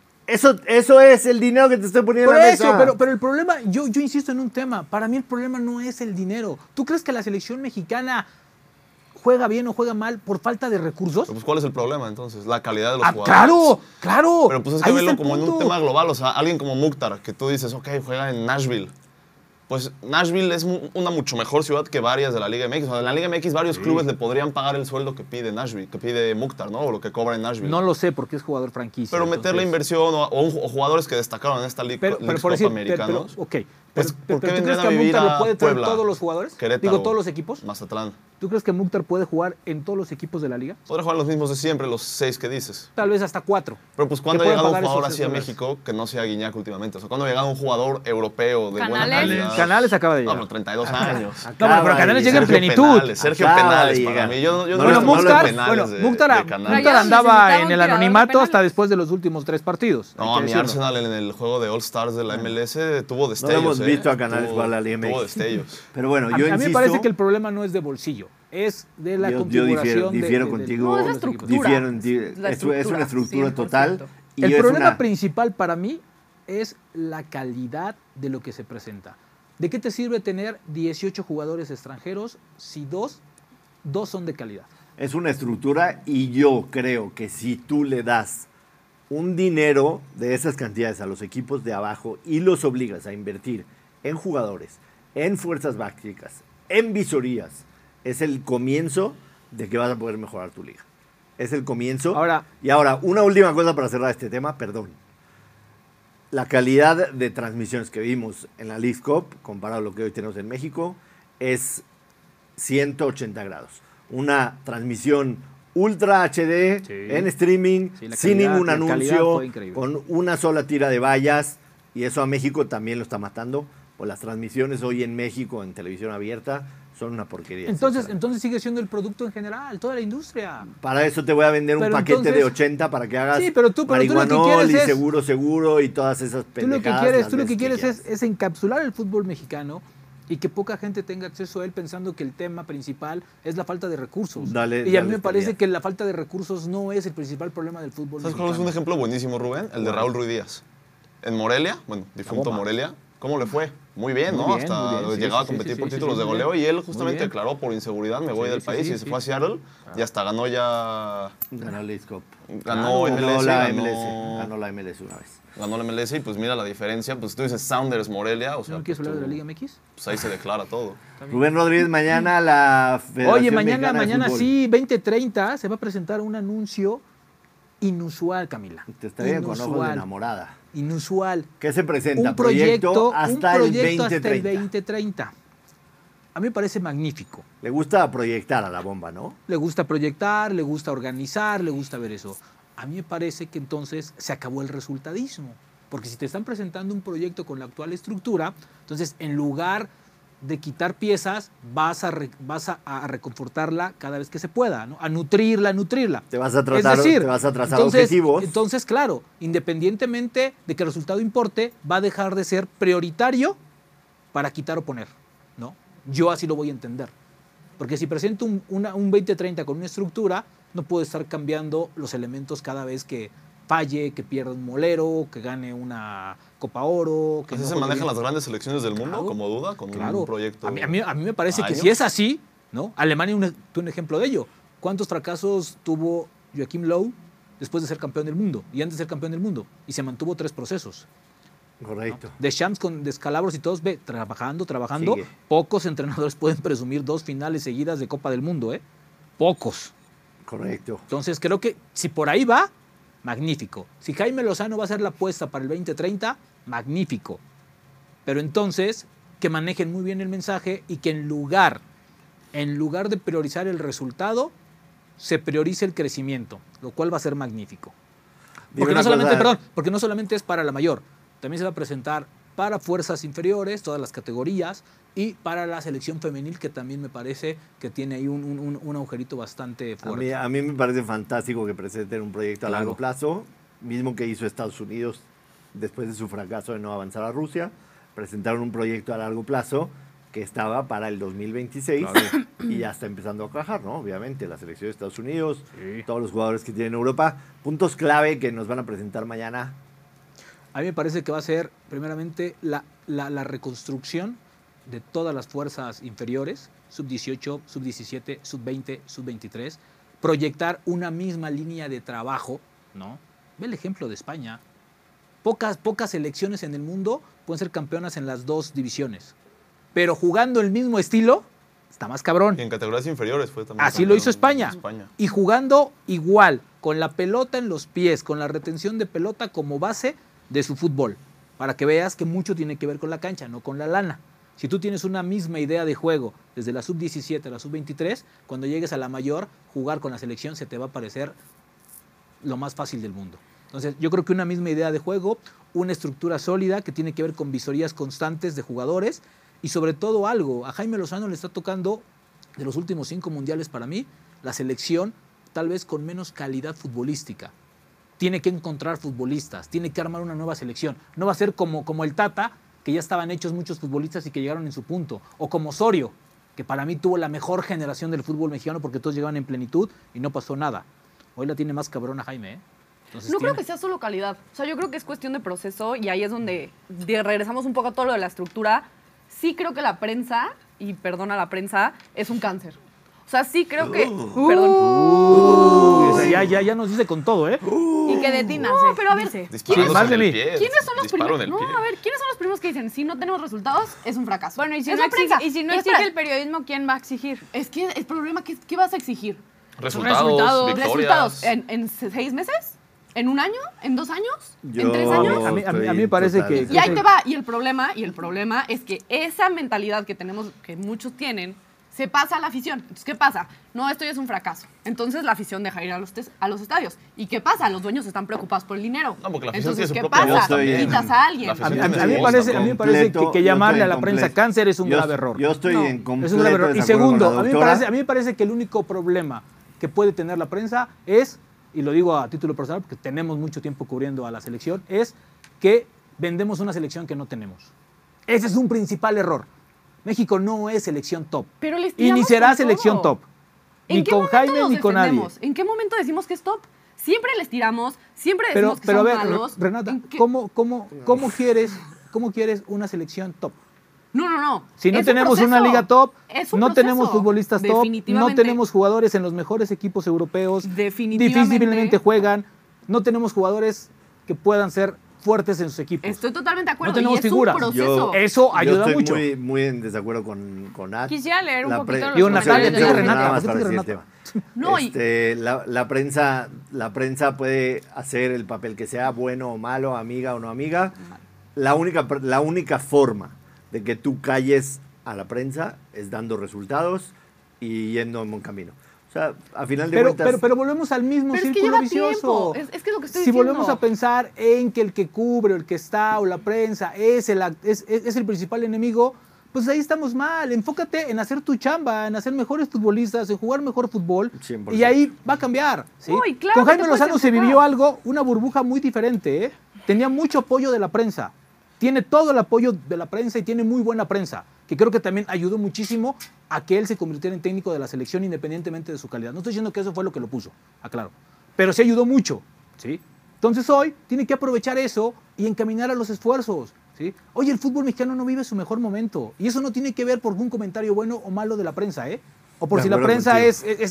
Eso es el dinero que te estoy poniendo Por en la eso, mesa. pero el problema, yo insisto en un tema. Para mí el problema no es el dinero. ¿Tú crees que la selección mexicana juega bien o juega mal por falta de recursos? Pero, pues, ¿cuál es el problema entonces? La calidad de los Ah, jugadores. claro. Pero pues es que Ahí está verlo el como en un punto. tema global. O sea, alguien como Mukhtar, que tú dices, ok, juega en Nashville. Pues Nashville es una mucho mejor ciudad que varias de la Liga MX. O sea, en la Liga MX varios clubes le podrían pagar el sueldo que pide Nashville, que pide Mukhtar, ¿no? O lo que cobra en Nashville. No lo sé porque es jugador franquicia. Pero meter la entonces- inversión o jugadores que destacaron en esta liga Pero por decir, americanos. ok. Pues, Pero, ¿por qué ¿tú vendrían crees que a a vivir Mukhtar a lo puede traer Puebla, todos los jugadores? Querétaro, Digo, todos los equipos. Mazatlán. ¿Tú crees que Mukhtar puede jugar en todos los equipos de la liga? Podría jugar los mismos de siempre, los 6 que dices. Tal vez hasta 4. Pero pues ¿cuándo ha Que puedan llegado un pagar jugador esos así a dólares. México que no sea Guiñac últimamente? O sea, ¿cuándo ha llegado un jugador europeo de buena Canales. calidad? Canales acaba de No, llegar. pero 32 años. No, pero Canales llega en Sergio plenitud. Penales, Sergio Acaba de Penales llegar. para mí. Yo no Bueno, he visto muchos Mukhtar, penales de Mukhtar Canales. Rayados andaba necesitaba en un el tirador de anonimato penales. hasta después de los últimos 3 partidos. No, hay a que mi decirlo. Arsenal en el juego de All Stars de la MLS tuvo destellos. hemos visto a Tuvo- Canales jugar a la Liga Tuvo MX. destellos. Pero bueno, A yo mí insisto... me parece que el problema no es de bolsillo, es de la yo configuración. difiero de contigo. No, es la los equipos. estructura. Difiero en ti. La Es una estructura, estructura 100%. total. Y El es problema una- principal para mí es la calidad de lo que se presenta. ¿De qué te sirve tener 18 jugadores extranjeros si dos son de calidad? Es una estructura y yo creo que si tú le das un dinero de esas cantidades a los equipos de abajo y los obligas a invertir en jugadores, en fuerzas básicas, en visorías, es el comienzo de que vas a poder mejorar tu liga. Es el comienzo. Ahora- Y ahora, una última cosa para cerrar este tema, perdón. La calidad de transmisiones que vimos en la League Cup, comparado a lo que hoy tenemos en México, es 180 grados. Una transmisión Ultra HD Sí. en streaming, Sí, la sin calidad- ningún la calidad anuncio, fue increíble. con una sola tira de vallas, y eso a México también lo está matando. Pues las transmisiones hoy en México en televisión abierta son una porquería. Entonces sinceramente. sigue siendo el producto en general, toda la industria. Para eso te voy a vender un Pero paquete entonces- de 80 para que hagas Sí, pero tú lo que marihuanol quieres y es- seguro y todas esas Tú lo que pendejadas. quieres, las tú lo que veces quieres es encapsular el fútbol mexicano y que poca gente tenga acceso a él pensando que el tema principal es la falta de recursos. Dale, y a mí dale me parece calidad. que la falta de recursos no es el principal problema del fútbol ¿Sabes cuál es un mexicano. ejemplo buenísimo, Rubén? El de Raúl Ruiz Díaz. En Morelia, bueno, difunto bomba. Morelia, ¿cómo le fue? Muy bien, Muy ¿no? bien, Hasta muy bien, sí, llegaba a sí, competir sí, por sí, títulos sí, de muy goleo bien. y él Muy justamente bien. declaró por inseguridad, me voy Sí, del sí, país sí, y se sí. fue a Seattle y hasta ganó Ganó el Leagues Cup. Ganó MLS, Ganó la ganó- MLS. Ganó la MLS una vez. ganó la MLS y pues mira la diferencia, pues tú dices Sounders Morelia, o sea, ¿No quieres pues, hablar de la tú- Liga MX? pues ahí se declara todo. Rubén Rodríguez, mañana la Federación Oye, Mexicana de mañana Fútbol. sí, 20:30, se va a presentar un anuncio inusual, Camila. Te está viendo con ojos de enamorada. Inusual. ¿Qué se presenta? Un proyecto hasta hasta el el 2030. 2030. A mí me parece magnífico. Le gusta proyectar a la bomba, ¿no? Le gusta proyectar, le gusta organizar, le gusta ver eso. A mí me parece que entonces se acabó el resultadismo. Porque si te están presentando un proyecto con la actual estructura, entonces en lugar de quitar piezas, vas a reconfortarla cada vez que se pueda, ¿no? A nutrirla. Te vas a tratar, Es decir, te vas a trazar entonces, objetivos. Entonces, claro, independientemente de que el resultado importe, va a dejar de ser prioritario para quitar o poner, ¿no? Yo así lo voy a entender. Porque si presento un 2030 con una estructura, no puedo estar cambiando los elementos cada vez que falle, que pierda un molero, que gane una Copa Oro. Que Así no se juegue manejan bien. las grandes selecciones del mundo, Claro, como duda, con Claro. un proyecto. A mí me parece que años. si es así, ¿no? Alemania es un ejemplo de ello. ¿Cuántos fracasos tuvo Joachim Löw después de ser campeón del mundo y antes de ser campeón del mundo? Y se mantuvo 3 procesos. Correcto. Deschamps con descalabros y todos, trabajando. Sigue. Pocos entrenadores pueden presumir 2 finales seguidas de Copa del Mundo, ¿eh? Pocos. Correcto. Entonces creo que si por ahí va, magnífico. Si Jaime Lozano va a ser la apuesta para el 2030, magnífico. Pero entonces que manejen muy bien el mensaje y que en lugar de priorizar el resultado, se priorice el crecimiento, lo cual va a ser magnífico. Dime Porque una no solamente, cosa. perdón, porque no solamente es para la mayor, también se va a presentar para fuerzas inferiores, todas las categorías, y para la selección femenil, que también me parece que tiene ahí un agujerito bastante fuerte. A mí me parece fantástico que presenten un proyecto a Claro. largo plazo, mismo que hizo Estados Unidos después de su fracaso de no avanzar a Rusia. Presentaron un proyecto a largo plazo que estaba para el 2026 y ya está empezando a cuajar, ¿no? Obviamente, la selección de Estados Unidos, todos los jugadores que tienen Europa. Puntos clave que nos van a presentar mañana. A mí me parece que va a ser, primeramente, la reconstrucción de todas las fuerzas inferiores, sub-18, sub-17, sub-20, sub-23, proyectar una misma línea de trabajo, ¿no? Ve el ejemplo de España. Pocas selecciones en el mundo pueden ser campeonas en las 2 divisiones, pero jugando el mismo estilo, está más cabrón. Y en categorías inferiores fue también. Así lo hizo España. España. Y jugando igual, con la pelota en los pies, con la retención de pelota como base de su fútbol, para que veas que mucho tiene que ver con la cancha, no con la lana. Si tú tienes una misma idea de juego desde la sub-17 a la sub-23, cuando llegues a la mayor, jugar con la selección se te va a parecer lo más fácil del mundo. Entonces, yo creo que una misma idea de juego, una estructura sólida que tiene que ver con visorías constantes de jugadores y sobre todo algo, a Jaime Lozano le está tocando, de los últimos 5 mundiales para mí, la selección tal vez con menos calidad futbolística. Tiene que encontrar futbolistas, tiene que armar una nueva selección. No va a ser como el Tata, que ya estaban hechos muchos futbolistas y que llegaron en su punto. O como Osorio, que para mí tuvo la mejor generación del fútbol mexicano porque todos llegaban en plenitud y no pasó nada. Hoy la tiene más cabrona Jaime, ¿eh? Entonces No creo tiene- que sea solo calidad. O sea, yo creo que es cuestión de proceso y ahí es donde regresamos un poco a todo lo de la estructura. Sí creo que la prensa, y perdona la prensa, es un cáncer. O sea, sí creo que... Perdón. O sea, ya nos dice con todo, ¿eh? Y que de ti nace. No, pero a ver, dice. Disparos más de en el mí. pie. ¿quiénes son los Disparo en primeros? el No, pie. a ver, ¿quiénes son los primeros que dicen si no tenemos resultados es un fracaso? Bueno, y si es no la prensa. exige Espera, el periodismo, ¿quién va a exigir? Es que el problema, ¿qué vas a exigir? Resultados, victorias. ¿Resultados en 6 meses? ¿En 1 año? ¿En 2 años? ¿En 3 años? A mí me parece que- Y ahí te va. Y el problema es que esa mentalidad que tenemos, que muchos tienen, se pasa a la afición. Entonces, ¿qué pasa? No, esto ya es un fracaso. Entonces la afición deja ir a los estadios. ¿Y qué pasa? Los dueños están preocupados por el dinero. No, porque la afición Entonces, tiene su ¿qué propia voz pasa? también. Quitas a alguien. La A afición mí, tiene a mí su me voz parece, también. que llamarle a la prensa cáncer es un grave error. Yo estoy No. en completo Es un grave error. Y desacuerdo con segundo, la a mí doctora. me parece que el único problema que puede tener la prensa es, y lo digo a título personal porque tenemos mucho tiempo cubriendo a la selección, es que vendemos una selección que no tenemos. Ese es un principal error. México no es selección top. Pero les Y tiramos ni será con selección todo. top. ¿En Ni qué con momento Jaime nos ni con nadie. defendemos? ¿En qué momento decimos que es top? Siempre les tiramos, siempre Pero, decimos que pero a son ver, malos. Renata, ¿En qué- ¿cómo quieres una selección top? No. Si no Es un tenemos una proceso. liga top, Es un no proceso. tenemos futbolistas top, no Definitivamente. tenemos jugadores en los mejores equipos europeos, Definitivamente. difícilmente juegan, no tenemos jugadores que puedan ser fuertes en sus equipos. Estoy totalmente de acuerdo. No tenemos y es figuras. un proceso. Eso ayuda yo estoy mucho. Muy en desacuerdo con Nat. Quisiera leer un La poquito los Digo, comentarios Natalia, de digo, la Renata, gente. Nada más ¿por qué para dices decir el tema. No, y- La prensa puede hacer el papel que sea bueno o malo, amiga o no amiga. La única forma de que tú calles a la prensa es dando resultados y yendo en buen camino. O sea, a final de cuentas... Pero volvemos al mismo Pero es que círculo lleva vicioso. tiempo. Es que es lo que estoy si diciendo. volvemos a pensar en que el que cubre, o el que está, o la prensa es el principal enemigo, pues ahí estamos mal. Enfócate en hacer tu chamba, en hacer mejores futbolistas, en jugar mejor fútbol. 100%. Y ahí va a cambiar. ¿sí? Uy, claro Con que Jaime te puedes Lozano se enfocar. vivió algo, una burbuja muy diferente. ¿eh? Tenía mucho apoyo de la prensa. Tiene todo el apoyo de la prensa y tiene muy buena prensa, que creo que también ayudó muchísimo a que él se convirtiera en técnico de la selección independientemente de su calidad. No estoy diciendo que eso fue lo que lo puso, aclaro, pero sí ayudó mucho, ¿sí? Entonces hoy tiene que aprovechar eso y encaminar a los esfuerzos, ¿sí? Oye, el fútbol mexicano no vive su mejor momento y eso no tiene que ver por un comentario bueno o malo de la prensa, ¿eh? O por De si la acuerdo prensa contigo.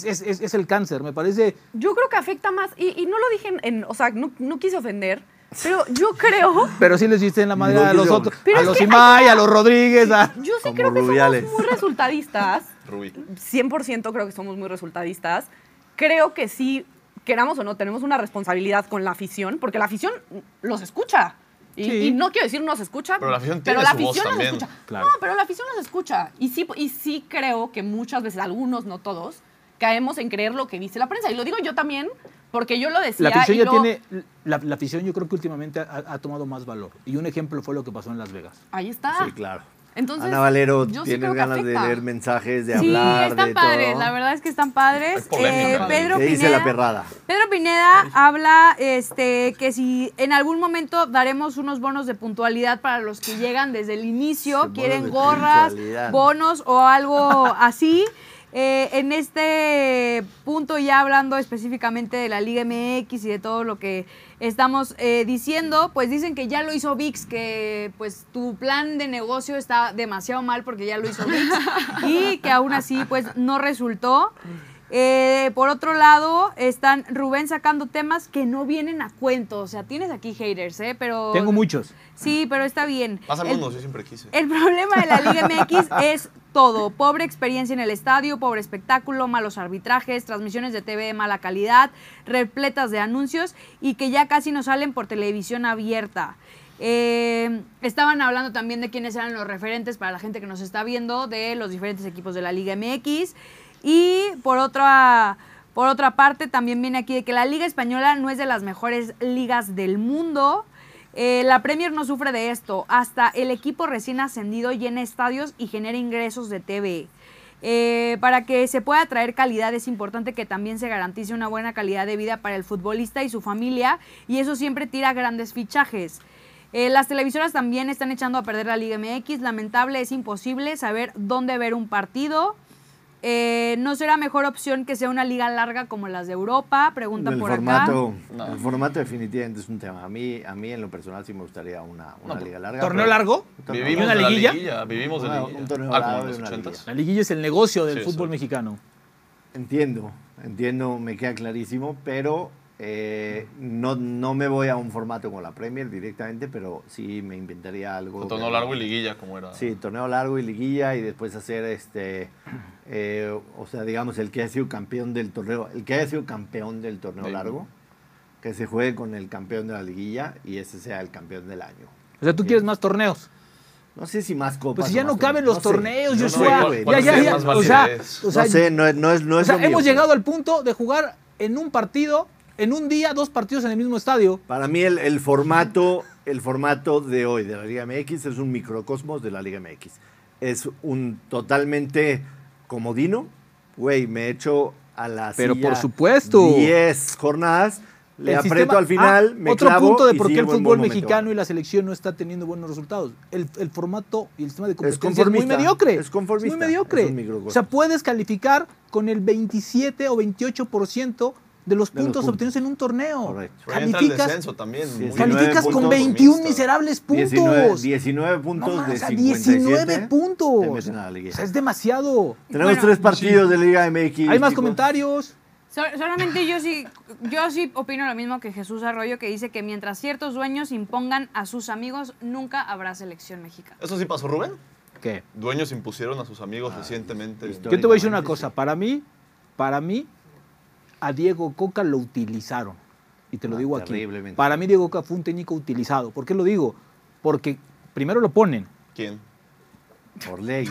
es el cáncer, me parece. Yo creo que afecta más, y no lo dije o sea, no quise ofender, pero yo creo, Pero sí les diste en la madre No, a los yo- otros, Pero a es los que- Imay, a los Rodríguez, a... yo sí Como creo que Rubiales. somos muy resultadistas, Rubí. 100% creo que somos muy resultadistas. Creo que sí, queramos o no, tenemos una responsabilidad con la afición, porque la afición los escucha. Y, Sí. y no quiero decir nos escucha, Pero la afición pero tiene la su voz afición nos también. escucha. Claro. No, pero la afición nos escucha. Y sí creo que muchas veces, algunos, no todos, caemos en creer lo que dice la prensa. Y lo digo yo también, porque yo lo decía. La afición y ya luego- tiene, la afición yo creo que últimamente ha tomado más valor. Y un ejemplo fue lo que pasó en Las Vegas. Ahí está. Sí, claro. Entonces, Ana Valero, yo sí tienes creo que ganas de afecta. leer mensajes, de Sí, hablar, están de padres, todo. la verdad es que están padres. Hay polémica. Pedro ¿Qué dice Pineda, la perrada? Pedro Pineda habla que si en algún momento daremos unos bonos de puntualidad para los que llegan desde el inicio, Bonos quieren de gorras, puntualidad. bonos o algo así. En este punto, ya hablando específicamente de la Liga MX y de todo lo que estamos diciendo, pues dicen que ya lo hizo ViX, que pues tu plan de negocio está demasiado mal porque ya lo hizo ViX y que aún así pues no resultó. Por otro lado, están Rubén sacando temas que no vienen a cuento. O sea, tienes aquí haters, pero... Tengo muchos. Sí, pero está bien. Pásame unos, yo siempre quise. El problema de la Liga MX es todo. Pobre experiencia en el estadio, pobre espectáculo, malos arbitrajes, transmisiones de TV de mala calidad, repletas de anuncios y que ya casi no salen por televisión abierta. Estaban hablando también de quiénes eran los referentes para la gente que nos está viendo de los diferentes equipos de la Liga MX. Y por otra parte también viene aquí de que la Liga Española no es de las mejores ligas del mundo. La Premier no sufre de esto. Hasta el equipo recién ascendido llena estadios y genera ingresos de TV. Para que se pueda traer calidad es importante que también se garantice una buena calidad de vida para el futbolista y su familia, y eso siempre tira grandes fichajes. Las televisoras también están echando a perder la Liga MX. Lamentable, es imposible saber dónde ver un partido. ¿No será mejor opción que sea una liga larga como las de Europa? Preguntan El por formato, No. el formato definitivamente es un tema. A mí en lo personal sí me gustaría una liga larga. ¿Torneo pero- largo? un torneo Vivimos ¿Una de la liguilla? liguilla. Vivimos de Ah, la un liguilla. torneo Como largo en y los una 80s. liguilla. La liguilla es el negocio del Sí, fútbol sí. mexicano. Entiendo, me queda clarísimo, pero no me voy a un formato como la Premier directamente, pero sí me inventaría algo. Con torneo largo y liguilla, como era. Sí, torneo largo y liguilla, y después hacer o sea, digamos, el que haya sido campeón del torneo Sí. largo, que se juegue con el campeón de la liguilla y ese sea el campeón del año. O sea, tú quieres más torneos. No sé si más copas. Pues si o ya más no caben torneos, los no sé. torneos, No Joshua. sé, güey, ¿cuál no sé, sería güey. más O sea, validez? o sea, No sé, no es o sea, lo mío, hemos pues. llegado al punto de jugar en un partido, en un día, 2 partidos en el mismo estadio. Para mí el formato de hoy de la Liga MX es un microcosmos de la Liga MX. Es un totalmente comodino. Güey, me echo a la Pero silla por supuesto. 10 jornadas Le El aprieto sistema- al final, me otro clavo punto de y por qué sigue el buen fútbol momento. mexicano y la selección no está teniendo buenos resultados. El formato y el sistema de Es competencia es muy conformista, mediocre. es conformista, muy mediocre. es un microcorte. O sea, puedes calificar con el 27 o 28% de los De los puntos puntos. obtenidos en un torneo. Correcto. Pero ahí entra el Calificas, descenso también. Sí, muy- sí. calificas con puntos 21 mixtos. miserables puntos. 19 puntos No, de o sea, 57. 19 Te puntos. meten a la liguilla. O sea, es demasiado. Tenemos Bueno, 3 partidos de Liga MX. Hay más chicos. comentarios. Solamente yo sí opino lo mismo que Jesús Arroyo, que dice que mientras ciertos dueños impongan a sus amigos, nunca habrá selección mexicana. ¿Eso sí pasó, Rubén? ¿Qué? Dueños impusieron a sus amigos recientemente. listo. Yo te voy a decir una Históricamente, cosa. Para mí, a Diego Coca lo utilizaron. Y te lo Ah, digo aquí. terriblemente. Para mí, Diego Coca fue un técnico utilizado. ¿Por qué lo digo? Porque primero lo ponen. ¿Quién? Orlegui.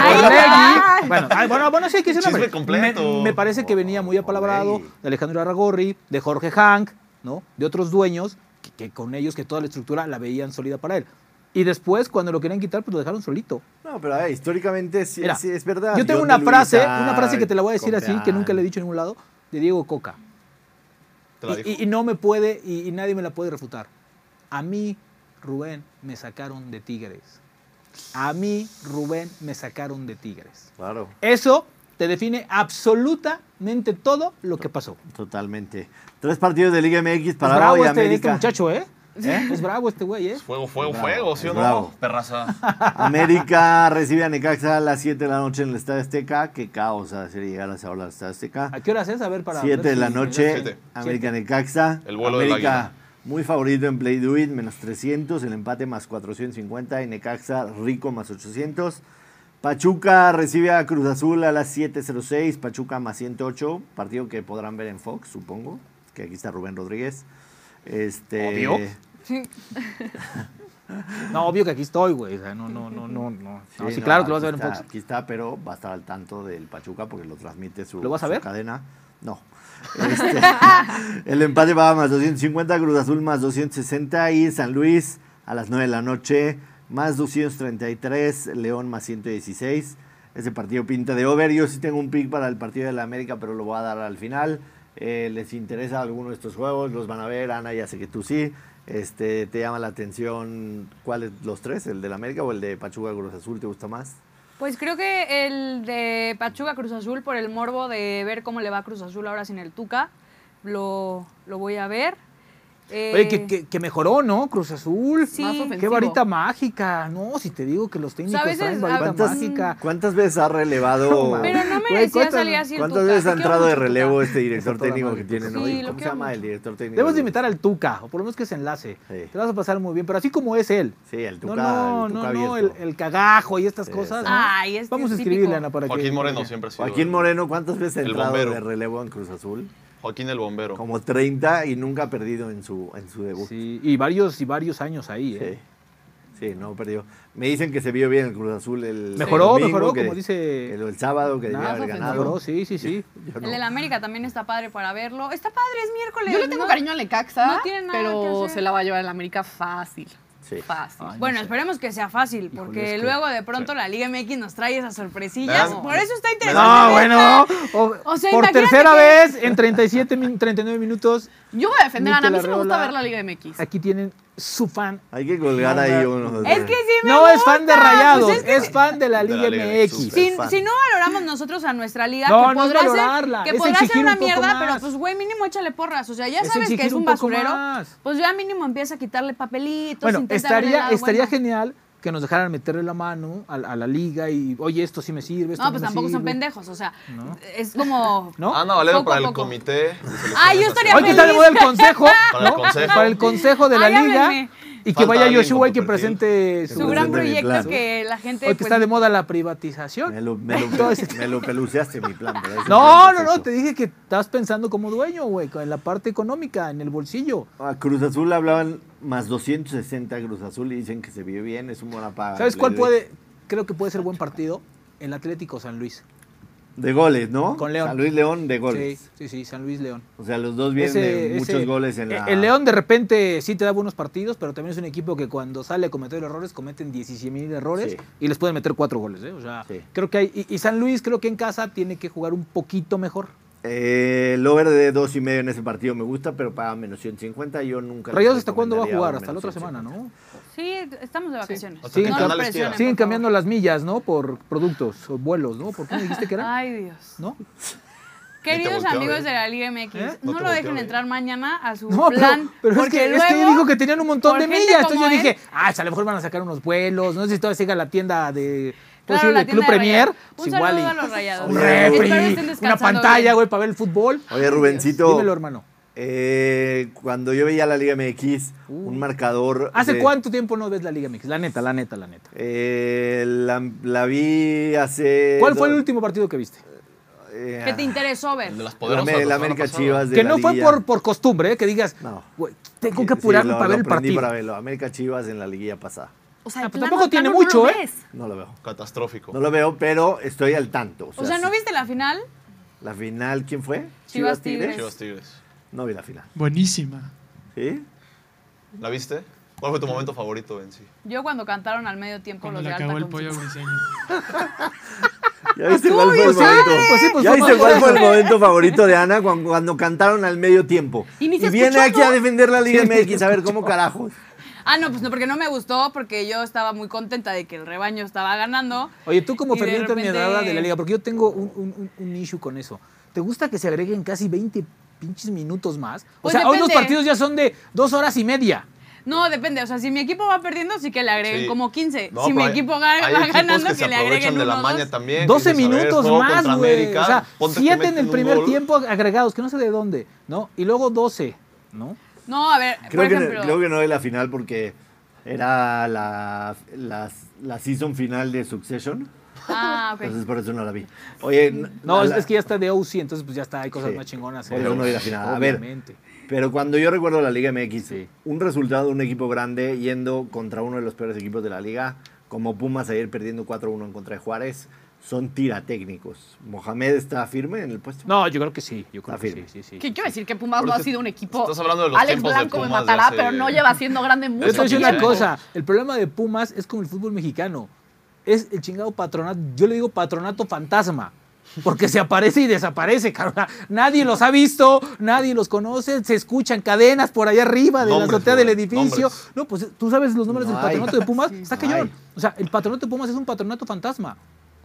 Bueno, sí, hay que decir Chisme nombre. completo. Me parece que venía muy apalabrado Orlegui. de Alejandro Aragorri, de Jorge Hank, ¿no? De otros dueños que con ellos que toda la estructura la veían sólida para él. Y después, cuando lo querían quitar, pues lo dejaron solito. No, pero a ver, históricamente sí, Mira, sí es verdad. Yo tengo John una de frase Luisa, que te la voy a decir así, que nunca le he Copeán. dicho en ningún lado, de Diego Coca. ¿Te la dijo? Y no me puede, y nadie me la puede refutar. A mí, Rubén, me sacaron de Tigres. A mí, Rubén, me sacaron de Tigres. Claro, Eso te define absolutamente todo lo que pasó. totalmente. 3 partidos de Liga MX Es para bravo hoy, este América. muchacho, ¿eh? Es bravo este güey, ¿eh? Fuego, fuego, Bravo, fuego, ¿sí o es no? bravo. Perraza. América recibe a Necaxa a las 7 de la noche en el Estadio Azteca. Qué caos hacer llegar a esa hora al Estadio Azteca. ¿A qué horas es? A ver, para 7 ver de la si- noche, 7. América Necaxa. El vuelo del América águila. muy favorito en Play Do It, menos 300, el empate más 450 y Necaxa rico más 800. Pachuca recibe a Cruz Azul a las 7:06, Pachuca más 108, partido que podrán ver en Fox, supongo, que aquí está Rubén Rodríguez. Obvio. Sí. No, obvio que aquí estoy, güey. O sea, no. Sí, no, claro que lo vas a ver aquí en está, Fox. Aquí está, pero va a estar al tanto del Pachuca porque lo transmite su, ¿Lo vas a su ver? cadena. No. El empate va a más 250, Cruz Azul más 260 y San Luis a las 9 de la noche más 233, León más 116. Ese partido pinta de over. Yo sí tengo un pick para el partido de la América, pero lo voy a dar al final. ¿Les interesa alguno de estos juegos? ¿Los van a ver? Ana, ya sé que tú sí. ¿Te llama la atención cuáles los 3? ¿El de la América o el de Pachuca Cruz Azul? ¿Te gusta más? Pues creo que el de Pachuca Cruz Azul, por el morbo de ver cómo le va a Cruz Azul ahora sin el Tuca, lo voy a ver. Oye, que mejoró, ¿no? Cruz Azul. Sí. Más Qué ofensivo. varita mágica. No, si te digo que los técnicos O sea, a veces- traen varita ¿Cuántas, mágica. ¿Cuántas veces ha relevado? Pero no Güey, merecía cuéntame, salir así el ¿Cuántas Tuca. veces Te ha quiero entrado de mucho, relevo Tuca. este director Está toda técnico madre. que tienen Sí, hoy? lo ¿Cómo se quiero llama mucho. el director técnico? Debes de invitar al Tuca, o por lo menos que se enlace. Sí. Te vas a pasar muy bien, pero así como es él. Sí, el Tuca, No, el Tuca no, abierto. el cagajo y estas Sí, cosas. sí. ¿no? Ay, es Vamos a típico. escribirle, Ana, para que... Joaquín Moreno siempre ha sido. Joaquín Moreno, ¿cuántas veces ha El entrado bombero. de relevo en Cruz Azul? Joaquín el bombero. Como 30 y nunca ha perdido en su debut. Sí, y varios años ahí, ¿eh? Sí, no perdió. Me dicen que se vio bien el Cruz Azul el Mejoró, domingo, que- como dice... el sábado que debía Nada, haber ganado. mejoró, sí. Yo no. El de la América también está padre para verlo. Está padre, es miércoles. Yo le tengo ¿no? cariño a Necaxa, no tiene nada que pero hacer. se la va a llevar el América fácil. Sí. Fácil. Ay, Bueno, no sé. esperemos que sea fácil, porque Híjole, es que- luego de pronto la Liga MX nos trae esas sorpresillas. No, Por eso está interesante. No, bueno. O sea, por imagínate tercera que- vez en 39 minutos, Yo voy a defender a Ana. A mí sí me Mikel gusta Arreola. ver la Liga MX. aquí tienen su fan. Hay que colgar ahí uno. Es que sí me No gusta. es fan de Rayados, Pues es que es fan de la De la Liga Liga MX. MX. si, fan. si no valoramos nosotros a nuestra liga, No, que no es podrá valorarla, ser, es que podrá ser exigir una un poco mierda, más. pero pues güey, mínimo échale porras. O sea, ya Es sabes que exigir es un un poco basurero. más. Pues ya mínimo empieza a quitarle papelitos. Bueno, intenta verle el lado estaría bueno. genial que nos dejaran meterle la mano a la liga y, oye, esto sí me sirve, esto No, no pues me tampoco son sirve. pendejos. O sea, No. es como. ¿No? Ana Valero Poco a para el poco. comité. de Ah, yo selecciones estaría Hoy que está de feliz. moda el consejo, Para el ¿no? consejo. Para el consejo de la Ay, liga háblenme. y que Falta vaya alguien Yoshua con y que tu perfil. presente Su Presente gran mi proyecto plan. que la gente. Hoy que pues, está de moda la privatización. Me lo Entonces- me lo peluceaste mi plan. pero es un No, plan no, perfecto. te dije que estás pensando como dueño, güey, en la parte económica, en el bolsillo. A Cruz Azul hablaban más 260 Cruz Azul y dicen que se vio bien, es un buena paga. ¿Sabes cuál creo que puede ser buen partido? El Atlético San Luis. De goles, ¿no? Con León. San Luis León de goles. Sí, San Luis León. O sea, los dos vienen de muchos goles en la... El León de repente sí te da buenos partidos, pero también es un equipo que cuando sale a cometer errores cometen 17,000 errores Sí. y les pueden meter 4 goles. ¿eh? O sea, Sí. creo que hay... Y San Luis creo que en casa tiene que jugar un poquito mejor. El over de 2.5 en ese partido me gusta, pero paga menos 150. Yo nunca. ¿Rayados hasta cuándo va a jugar? Hasta la otra semana, ¿no? Sí, estamos de vacaciones. Hasta Siguen, que No el nos canal les presionen, quiera. siguen por cambiando favor. las millas, ¿no? Por productos o vuelos, ¿no? ¿Por qué me dijiste que era? Ay, Dios. ¿No? Queridos volteó a amigos ver. de la Liga MX, ¿Eh? No no te lo volteó a dejen ver. entrar mañana a su No, plan. pero es porque que luego, ella dijo que tenían un montón por de gente millas. Entonces como yo él, dije, a lo mejor van a sacar unos vuelos. No sé si todavía siga la tienda de. ¿Cómo claro, se llama? la El Club tienda de Premier. Rayados. Un Pues igual saludo y a los Rayados. un Oye, Espero refri, estén una descansando pantalla, bien. güey, para ver el fútbol. Oye, Rubencito. Dímelo, hermano. Cuando yo veía la Liga MX, un marcador. ¿Hace de- cuánto tiempo no ves la Liga MX? La neta. La vi hace. ¿Cuál fue el último partido que viste? Que te interesó ver. El de las La, poderosas. la la América semana pasada. Chivas de Que la no fue liguilla. por costumbre, que digas, No. güey, tengo que Sí, apurarme lo- para ver lo el aprendí partido. para verlo. América Chivas en la liguilla pasada. O sea, Ah, de pues plano, tampoco de tiene plano mucho, no lo ¿eh? ves. No lo veo. Catastrófico. No lo veo, pero estoy al tanto. O sea, ¿no viste la final? La final, ¿quién fue? Chivas Tigres. Chivas Tigres. No vi la final. Buenísima. ¿Sí? ¿La viste? ¿Cuál fue tu momento favorito, Benzi? Yo cuando cantaron al medio tiempo Cuando los le de acabó alta el pollo consistencia. briseño. ¿Ya viste cuál fue el bien momento? padre. Pues sí, pues ¿Ya fue viste más cuál por fue el eso. momento favorito de Ana cuando cantaron al medio tiempo? Y ni se viene escuchó, aquí ¿no? a defender la Liga MX, a ver cómo carajos. Ah, no, pues no, porque no me gustó, porque yo estaba muy contenta de que el rebaño estaba ganando. Oye, tú como Y de ferviente repente- admiradora de la liga, porque yo tengo un issue con eso. ¿Te gusta que se agreguen casi 20 pinches minutos más? O Pues sea, hoy los depende. partidos ya son de 2 horas y media. No, depende. O sea, si mi equipo va perdiendo, sí que le agreguen Sí. como 15. No, si mi pero equipo hay va equipos ganando, que que, se le aprovechan agreguen de la uno, maña dos. también. que 12 dices, a ver, minutos juego más, contra güey. América, O sea, ponte que 7 en meten el un primer gol. tiempo agregados, que no sé de dónde, ¿no? Y luego 12, ¿no? No, a ver, por ejemplo. Creo que no vi la final porque era la season final de Succession. Ah, ok. Entonces por eso no la vi. Oye, No, es que ya está de OC, entonces pues ya está, hay cosas Sí. más chingonas. Por eso no vi la final. A ver, Obviamente. pero cuando yo recuerdo la Liga MX, Sí. un resultado de un equipo grande yendo contra uno de los peores equipos de la liga, como Pumas ayer perdiendo 4-1 en contra de Juárez, son tiratécnicos. ¿Mohamed está firme en el puesto? No, yo creo que sí, yo creo Está que firme. sí. ¿Qué quiero decir? Que Pumas Pero no ha si sido un equipo. estás hablando de los Alex tiempos de Blanco me Pumas de matará, hace- pero no lleva siendo grande mucho Yo te voy a decir una tiempo. cosa, el problema de Pumas es como el fútbol mexicano. Es el chingado patronato, yo le digo patronato fantasma, porque se aparece y desaparece, cabrón. Nadie los ha visto, nadie los conoce, se escuchan cadenas por allá arriba de Nombres, la azotea del Rubén, edificio. nombres. No, pues tú sabes los nombres No del hay. patronato de Pumas, está No cañón. hay. O sea, el patronato de Pumas es un patronato fantasma.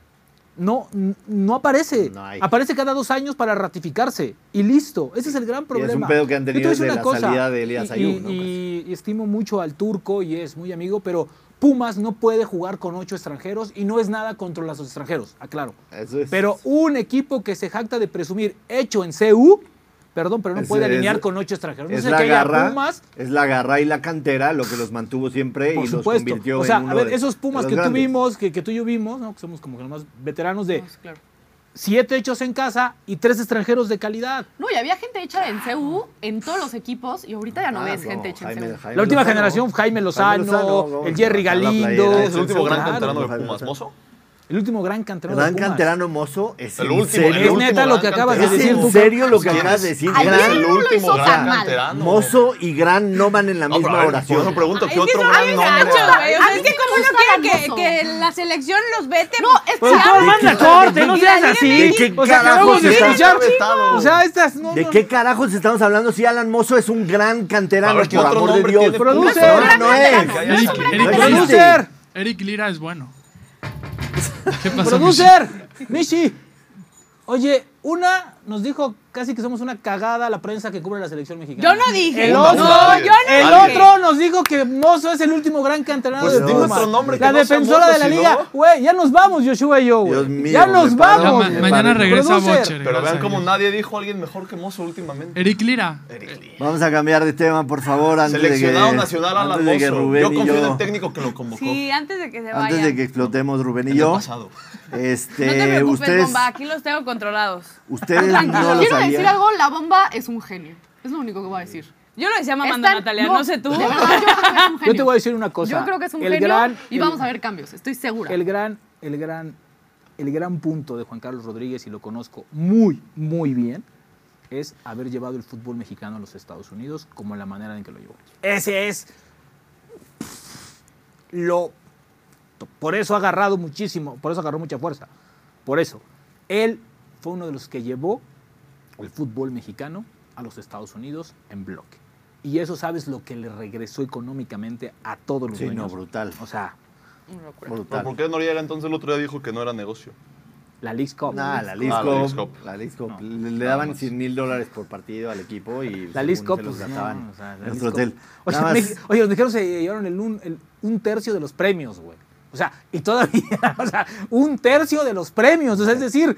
No aparece. No hay. Aparece cada 2 años para ratificarse. Y listo. Ese es el gran problema. es un pedo que han Yo te tenido voy a decir desde una la salida de Elías Ayub, ¿no? y estimo mucho al Turco y es muy amigo, pero Pumas no puede jugar con 8 extranjeros y no es nada contra los extranjeros, aclaro. Eso es. Pero un equipo que se jacta de presumir hecho en CU, perdón, pero no Es- puede es- alinear con 8 extranjeros. No es sé la que haya garra, Pumas. es la garra y la cantera lo que los mantuvo siempre Por y los supuesto. convirtió O sea, en uno a ver, de- esos de Pumas los que grandes. tuvimos, que tú y yo vimos, ¿no? Que somos como que los más veteranos de Pues, claro. 7 hechos en casa y 3 extranjeros de calidad. No, y había gente hecha en CU en todos los equipos y ahorita ya no ves gente hecha en CU. Jaime La última Lozano. generación, Jaime Lozano, ¿no? el Jerry Bajar la Galindo. playera. Es el último gran Claro. canterano de Jaime Pumas, Lozano. Mozo. El último gran canterano Gran de Pumas. canterano mozo es El en último, serio. el Es último neta lo gran que acabas de ¿Es canterano. decir, en tú, serio lo que ¿Quién acabas es? de decir? Ayer Es Gran, el no lo último hizo gran tan mal. canterano. mozo y gran no van en la No, misma pero a ver, oración. Por eso pregunto, ¿qué Es que otro son gran bien nombre? gachos, güey. O sea, A mí es que me como gusta no quieren Hermoso. que la selección los vete. No, es Pues que todo hablan- manda corte, no ¿De seas qué así. carajos O sea, que luego se de están- escuchar. vetado? O sea, estas no. ¿De qué carajos estamos hablando si Alan Mozo es un gran canterano, A ver, ¿qué por otro amor de nombre Dios? tiene Producer. No, no es. Eric, Eric, No Eric, existe. Producer. Eric Lira es bueno. ¿Qué pasó, Producer. Michi. Oye, nos dijo casi que somos una cagada la prensa que cubre la selección mexicana. Yo no dije. El Una, otro, una, yo no el dije. otro nos dijo que Mozo es el último gran canterano Pues de dime Pumas. otro nombre que La no sea defensora Mozo, de la si liga. no. Güey, ya nos vamos, Joshua y yo, güey. Dios mío, ya nos me paro. Ya, vamos. me mañana parece. regresa Producer. Bocher. Pero vean gracias a cómo Dios. nadie dijo a alguien mejor que Mozo últimamente. Eric Lira. Vamos a cambiar de tema, por favor, antes Seleccionado de que, nacional Alan antes de que Mozo. Rubén Yo y confío en yo, el técnico que lo convocó. Sí, antes de que se vaya. antes de que explotemos Rubén y El yo, pasado. No te preocupes, ustedes, bomba, aquí los tengo controlados. ustedes Tranquilo. no lo Quiero decir sabían. algo, la bomba es un genio. Es lo único que voy a decir. Yo lo decía mamando Están- a Natalia, no sé tú. De verdad, yo creo que es un genio. Yo te voy a decir una cosa. Yo creo que es un El genio gran- y vamos a ver cambios, estoy segura. El gran punto de Juan Carlos Rodríguez, y lo conozco muy, muy bien, es haber llevado el fútbol mexicano a los Estados Unidos como la manera en que lo llevó. Ese es por eso ha agarrado muchísimo, por eso agarró mucha fuerza. Por eso. Él fue uno de los que llevó el fútbol mexicano a los Estados Unidos en bloque. Y eso sabes lo que le regresó económicamente a todos los Sí, dueños. no, brutal. O sea, Una locura. ¿Pero Brutal. por qué Noriega entonces el otro día dijo que no era negocio? la Leagues Cup. Nah, la Leagues Ah, la Leagues Cup. Cup. La Leagues Cup. No. Le daban $100,000 por partido al equipo y La Leagues según Cup, se los pues, gastaban no, o sea, la en Leagues nuestro Cup. hotel. Oye, Nada más- oye, los mexicanos se llevaron un tercio de los premios, güey. O sea, y todavía, o sea, un tercio de los premios. O sea, es decir,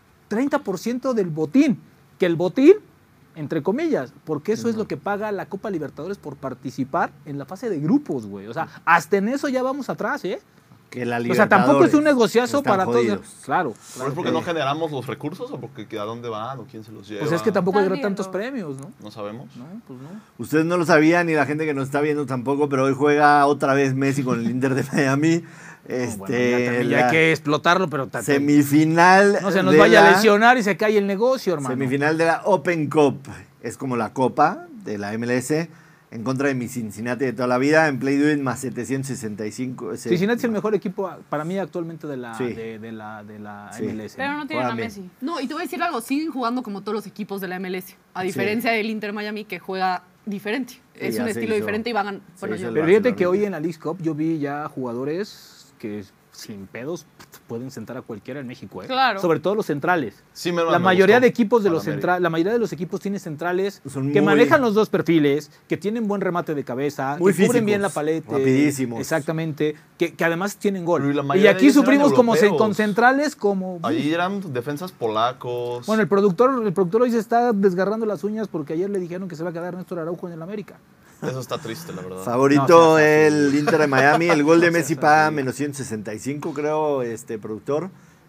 30% del botín. Que el botín, entre comillas, porque eso es lo que paga la Copa Libertadores por participar en la fase de grupos, güey. O sea, hasta en eso ya vamos atrás, ¿eh? que la O sea, tampoco es un negociazo Están para jodidos. todos. Claro. ¿Pero es porque no generamos los recursos o porque a dónde van o quién se los lleva? Pues es que tampoco hay Estás tantos viendo. premios, ¿no? No sabemos. No, pues no. Ustedes no lo sabían y la gente que nos está viendo tampoco, pero hoy juega otra vez Messi con el Inter de Miami. Bueno, ya también ya hay que explotarlo, pero Semifinal no se nos de vaya a la- lesionar y se cae el negocio, hermano. Semifinal de la Open Cup. Es como la copa de la MLS en contra de mi Cincinnati de toda la vida. En Play Do It más 765. Cincinnati es el mejor equipo para mí actualmente de la, Sí. de la Sí. MLS. Pero no tienen a Juegan bien. Messi. No, y te voy a decir algo, siguen jugando como todos los equipos de la MLS, a diferencia del Inter Miami que juega diferente. Sí, Es ya un se estilo hizo. diferente y van bueno, Se yo- hizo Pero el fíjate que Barcelona. hoy en la Leagues Cup yo vi ya jugadores que sin pedos pueden sentar a cualquiera en México, ¿eh? Claro. Sobre todo los centrales. Zimmerman La me mayoría gustó de equipos de para los América. centrales, la mayoría de los equipos tienen centrales Son que muy- manejan los dos perfiles, que tienen buen remate de cabeza, Muy que cubren físicos, bien la paleta, rapidísimos. Exactamente, que además tienen gol. Pero y la Y mayoría de aquí ellos eran sufrimos como europeos. con centrales como Ahí eran defensas polacos. bueno, el productor hoy se está desgarrando las uñas porque ayer le dijeron que se va a quedar Néstor Araujo en el América. Eso está triste, la verdad. Favorito No, sea fácil. el Inter de Miami. El gol de No sea Messi paga fácil. menos 165, creo, productor.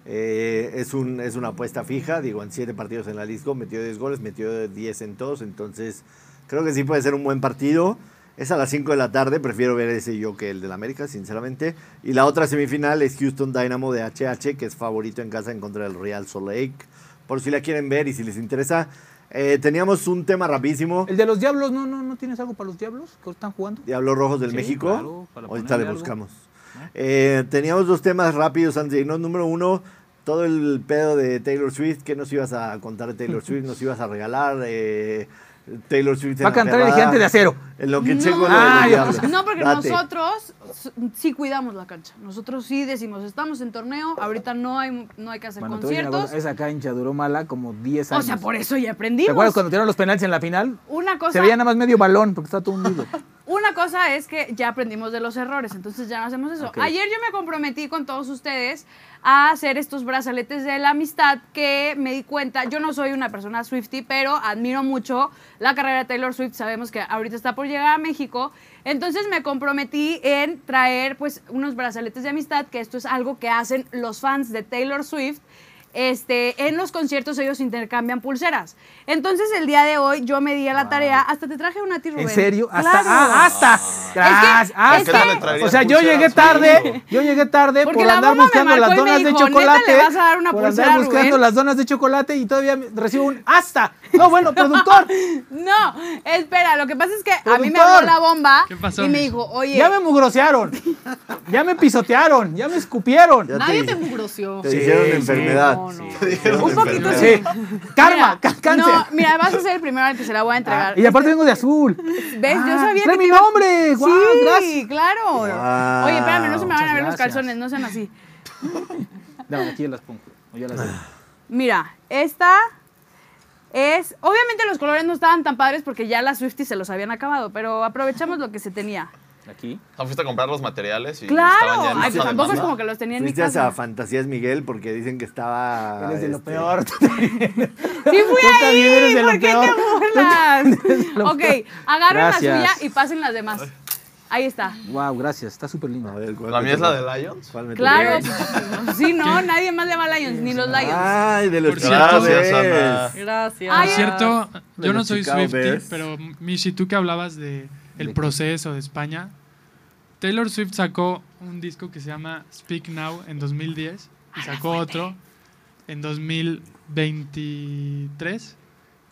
Es una apuesta fija. Digo, en 7 partidos en la Leagues Cup metió 10 goles, metió 10 en todos. Entonces, creo que sí puede ser un buen partido. Es a las 5 de la tarde. Prefiero ver ese yo que el del América, sinceramente. Y la otra semifinal es Houston Dynamo de HH, que es favorito en casa en contra del Real Salt Lake. Por si la quieren ver y si les interesa. Teníamos un tema rapidísimo. El de los Diablos, ¿no tienes algo para los Diablos que están jugando? Diablos Rojos del Sí, México. claro, para Ahorita ponerle le algo. buscamos. Teníamos 2 temas rápidos antes de irnos. Número 1, todo el pedo de Taylor Swift. ¿Qué nos ibas a contar de Taylor Swift? ¿Nos ibas a regalar? Taylor Swift en Va a la cantar el perrada. Gigante de Acero. En lo que No. checo lo de Ah, los ya. Diablos. No, porque Date. nosotros sí cuidamos la cancha. Nosotros sí decimos, estamos en torneo, ahorita no hay que hacer Bueno, te voy a decir una conciertos. cosa, esa cancha duró mala como 10 O años. sea, por eso ya ¿Te aprendimos. acuerdas cuando tiraron los penaltis en la final? Una cosa, Se veía nada más medio balón porque está todo hundido. una cosa es que ya aprendimos de los errores, entonces ya no hacemos eso. Ok. Ayer yo me comprometí con todos ustedes a hacer estos brazaletes de la amistad que me di cuenta, yo no soy una persona Swiftie, pero admiro mucho la carrera de Taylor Swift, sabemos que ahorita está por llegar a México, entonces me comprometí en traer pues unos brazaletes de amistad, que esto es algo que hacen los fans de Taylor Swift. En los conciertos ellos intercambian pulseras. Entonces el día de hoy yo me di a la tarea, hasta te traje una a ti, Rubén. ¿En serio? Hasta. Claro. Hasta. Gracias. es hasta. que- ¿Qué no le traerías O sea, yo pulseras, llegué tarde. amigo? Yo llegué tarde Porque por la andar bomba me buscando marcó las y me donas de dijo, "¿Neta chocolate. le vas a dar una por pulsera andar a buscando Rubén?" las donas de chocolate y todavía recibo un hasta. No, bueno, productor. No, espera, lo que pasa es que a mí me Productor. habló la bomba ¿Qué pasó, y me Miss? dijo, oye, Ya me mugrosearon. Ya me pisotearon. Ya me escupieron. Ya Nadie te- te mugroció. Te dijeron sí, enfermedad. No, no. Te dijeron Un poquito enfermedad. sí. Karma, mira, cáncer. No, mira, vas a ser el primero al que se la voy a entregar. Y aparte vengo de azul. ¿Ves? Yo sabía trae que mi te iba- nombre. Guau, Sí, gracias. claro. Guau. Oye, espérame, no se me van a Muchas ver los gracias. calzones, no sean así. No, aquí ya las pongo. O ya las doy. Mira, esta es... Obviamente los colores no estaban tan padres porque ya las Swifties se los habían acabado, pero aprovechamos lo que se tenía. Aquí. Fuiste a comprar los materiales y ¡Claro! estaban ya en Ay, lista pues de tampoco es manda. como que los tenía en mi Fuiste a casa. Fantasías Miguel porque dicen que estaba... Eres de lo este, peor. Sí fui Tú también eres ahí, de lo ¿por qué peor. te burlas? Ok, agarren Gracias. la suya y pasen las demás. Ahí está. Wow, gracias. Está súper A linda. ver, ¿cuál La me mía es la toca? de Lions. ¿Cuál me Claro. toca? Sí, no, nadie más le va a Lions, ni los Lions. Ay, de los Por cierto- Chicago Gracias, Bears. Ana. Gracias. Ay, Por cierto, De yo no los soy Chicago Swiftie, Bears. pero Mishi, tú que hablabas de el qué? proceso de España, Taylor Swift sacó un disco que se llama Speak Now en 2010 y sacó otro en 2023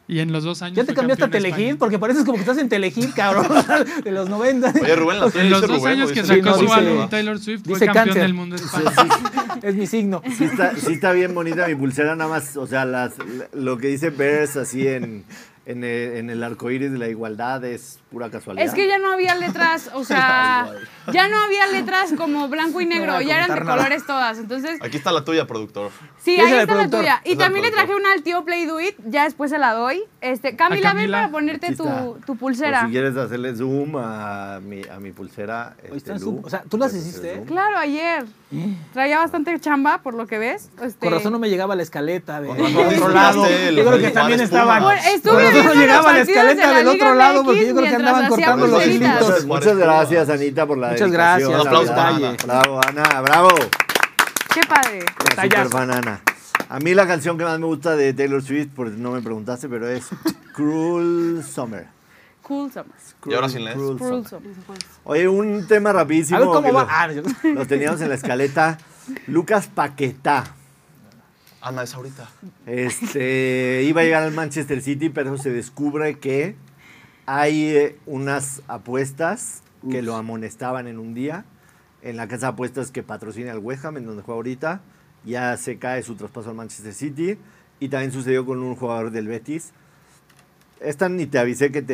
Y en los 2 años ¿Ya te fue cambiaste a campeón de Telehit? España. Porque pareces como que estás en Telehit, cabrón, de los 90. Oye, Rubén, la tuya En los dice 2 Rubén, años ¿o que dice- sacó no, su dice- álbum Taylor Swift, fue dice campeón cáncer. del mundo de Sí, España. Es mi signo. sí está bien bonita mi pulsera, nada más, o sea, lo que dice Bears así en el arco iris de la igualdad es pura casualidad. Es que ya no había letras, o sea, ya no había letras como blanco y negro, No voy a ya eran de comentar nada. colores todas. Entonces, Aquí está la tuya, productor. sí, ¿Quién es ahí el está la productor? tuya. Y Es el también le traje productor. una al tío Play Do It, ya después se la doy. Camila, ven Camila. para ponerte Aquí está. tu Por pulsera. si quieres hacerle zoom a mi pulsera. Ahí está, Lu, o sea, ¿tú las puedes hiciste, hacer zoom. Claro, ayer. Traía bastante chamba, por lo que ves. Con razón no me llegaba la escaleta de Con razón otro disfrutaste lado. el- Yo creo que el también Juárez estaban. Pumas. Bueno, estuve Con razón viendo no los llegaba la partidos de escaleta la del Liga otro lado porque MX yo creo que mientras andaban cortando hacíamos los ceritas. hilitos. Muchas gracias, Anita, por la Muchas dedicación, gracias. la Un aplauso verdad. para Ana. Bravo, Ana, bravo. Qué padre. La Tallazo. superfan Ana. A mí la canción que más me gusta de Taylor Swift, pues no me preguntaste, pero es Cruel Summer. Cool Summers. Y ahora sin leer. Cruel Cruel Summer. Summers. Oye, un tema rapidísimo. A ver cómo que va. lo- Ah, no. Lo teníamos en la escaleta. Lucas Paquetá. Ana, es ahorita. Iba a llegar al Manchester City, pero se descubre que hay unas apuestas que lo amonestaban en un día. En la casa de apuestas que patrocina el West Ham, en donde juega ahorita. Ya se cae su traspaso al Manchester City. Y también sucedió con un jugador del Betis. Esta ni te avisé que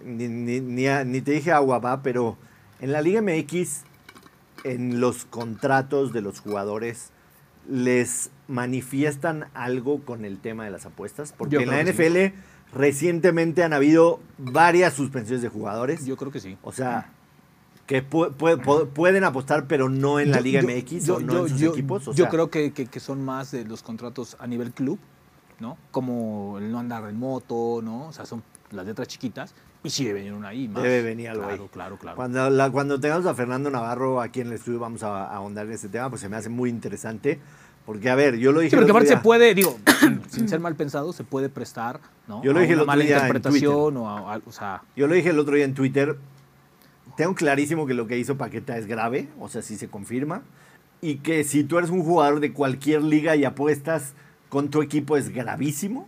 ni te dije agua va, pero en la Liga MX, en los contratos de los jugadores, les manifiestan algo con el tema de las apuestas. Porque Yo en la creo que NFL recientemente han habido varias suspensiones de jugadores. Yo creo que sí. O sea, que pueden apostar, pero no en la Liga MX o no en sus equipos. O yo sea, creo que son más de los contratos a nivel club, ¿no? Como el no andar en moto, ¿no? O sea, son las letras chiquitas y sí debe venir una ahí más. debe venir algo claro, ahí. Claro. Cuando tengamos a Fernando Navarro aquí en el estudio, vamos a ahondar en este tema, pues se me hace muy interesante. Porque, a ver, yo lo dije. Sí, porque el otro aparte se día. puede, digo, sin ser mal pensado, se puede prestar, ¿no? Yo lo a dije el una otro mala día en interpretación o sea, Yo lo dije el otro día en Twitter. Tengo clarísimo que lo que hizo Paqueta es grave, o sea, sí se confirma. Y que si tú eres un jugador de cualquier liga y apuestas con tu equipo es gravísimo,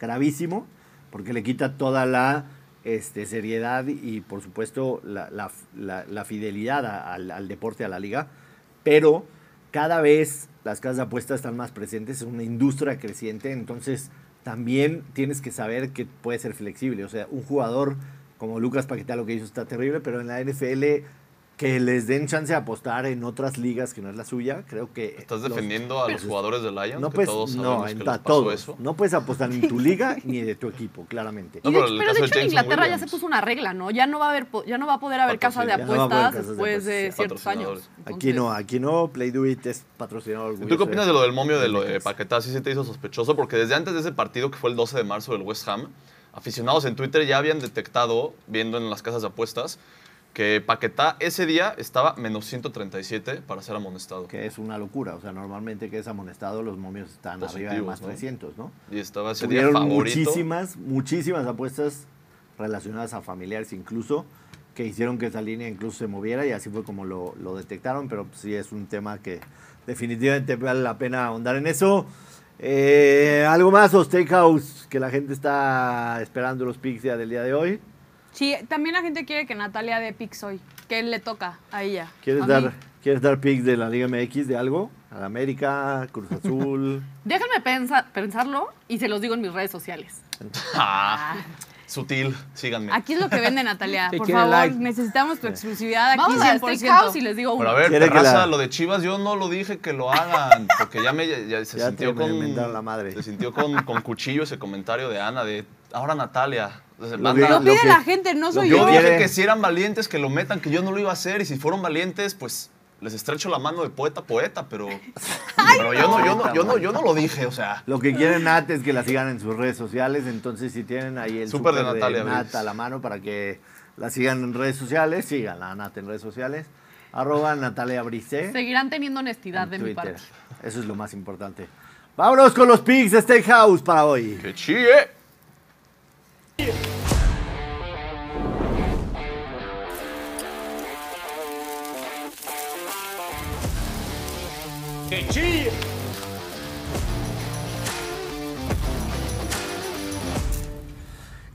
porque le quita toda la seriedad y, por supuesto, la fidelidad al deporte, a la liga. Pero cada vez las casas de apuestas están más presentes, es una industria creciente, entonces también tienes que saber que puede ser flexible. O sea, un jugador como Lucas Paquetá lo que hizo está terrible, pero en la NFL que les den chance de apostar en otras ligas que no es la suya, creo que... ¿Estás defendiendo a los jugadores de Lions? No que puedes, todos no, sabemos que a les pasó todos. eso. No puedes apostar en tu liga ni de tu equipo, claramente. No, Y de pero hecho- el pero de caso de hecho en Jameson Inglaterra ya se Williams. puso una regla, ¿no? Ya no va a poder haber casas de Ya no va a haber apuestas casas de después de apuestas. ciertos años. Patrocinadores. Aquí no, Play Do It es patrocinador ¿Y orgulloso. tú qué opinas de lo del momio de lo de Lakers. Paquetá? ¿Sí se te hizo sospechoso? Porque desde antes de ese partido, que fue el 12 de marzo del West Ham, aficionados en Twitter ya habían detectado, viendo en las casas de apuestas, que Paquetá ese día estaba menos 137 para ser amonestado. Que es una locura. O sea, normalmente que es amonestado, los momios están arriba de Positivos, más ¿no? 300, ¿no? Y estaba ese día Tuvieron favorito. muchísimas apuestas relacionadas a familiares incluso, que hicieron que esa línea incluso se moviera y así fue como lo detectaron, pero sí es un tema que definitivamente vale la pena ahondar en eso. ¿Algo más o Steakhouse que la gente está esperando los picks ya del día de hoy? Sí, también la gente quiere que Natalia dé picks hoy, que le toca a ella. ¿Quieres A mí. ¿Quieres dar picks de la Liga MX de algo? ¿A la América, Cruz Azul? Déjenme pensarlo y se los digo en mis redes sociales. Sutil, síganme. Aquí es lo que vende Natalia. Te Por quiere favor, like. necesitamos tu exclusividad aquí Vamos al 100%. Steakhouse y les digo Pero a uno. ver, Quiere que terraza, la- lo de Chivas, yo no lo dije que lo hagan, porque ya se Ya sintió te con... mentaron la madre. Se sintió con cuchillo ese comentario de Ana, de ahora Natalia. Entonces, Lo manda- que- Lo pide que- la gente, no soy que yo yo. dije quiere- que si eran valientes que lo metan, que yo no lo iba a hacer, y si fueron valientes, pues les estrecho la mano de poeta a poeta, pero yo no lo dije, o sea. Lo que quieren Nat es que la sigan en sus redes sociales, entonces si tienen ahí el Súper de súper Natalia Nat Briz. a la mano para que la sigan en redes sociales, sigan a Nat en redes sociales, @ Natalia Brice Seguirán teniendo honestidad en de mi Twitter. parte. Eso es lo más importante. Vámonos con los picks de Steakhouse para hoy. ¡Que chille!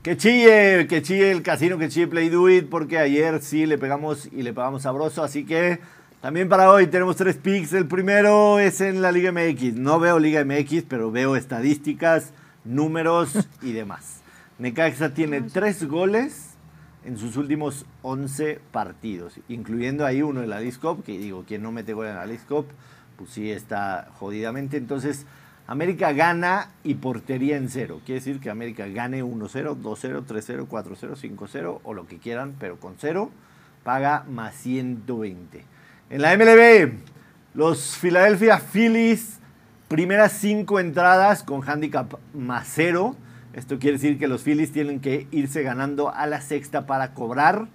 Que chille el casino, que chille Play Do It, porque ayer sí le pegamos y le pegamos sabroso, así que también para hoy tenemos 3 picks. El primero es en la Liga MX. No veo Liga MX, pero veo estadísticas, números y demás. Necaxa tiene 3 goles en sus últimos 11 partidos, incluyendo ahí uno de la Leagues Cup, que digo, quien no mete gol en la Leagues Cup, pues sí está jodidamente. Entonces, América gana y portería en 0. Quiere decir que América gane 1-0, 2-0, 3-0, 4-0, 5-0 o lo que quieran, pero con 0 paga más 120. En la MLB, los Philadelphia Phillies, primeras 5 entradas con handicap más 0. Esto quiere decir que los Phillies tienen que irse ganando a la sexta para cobrar.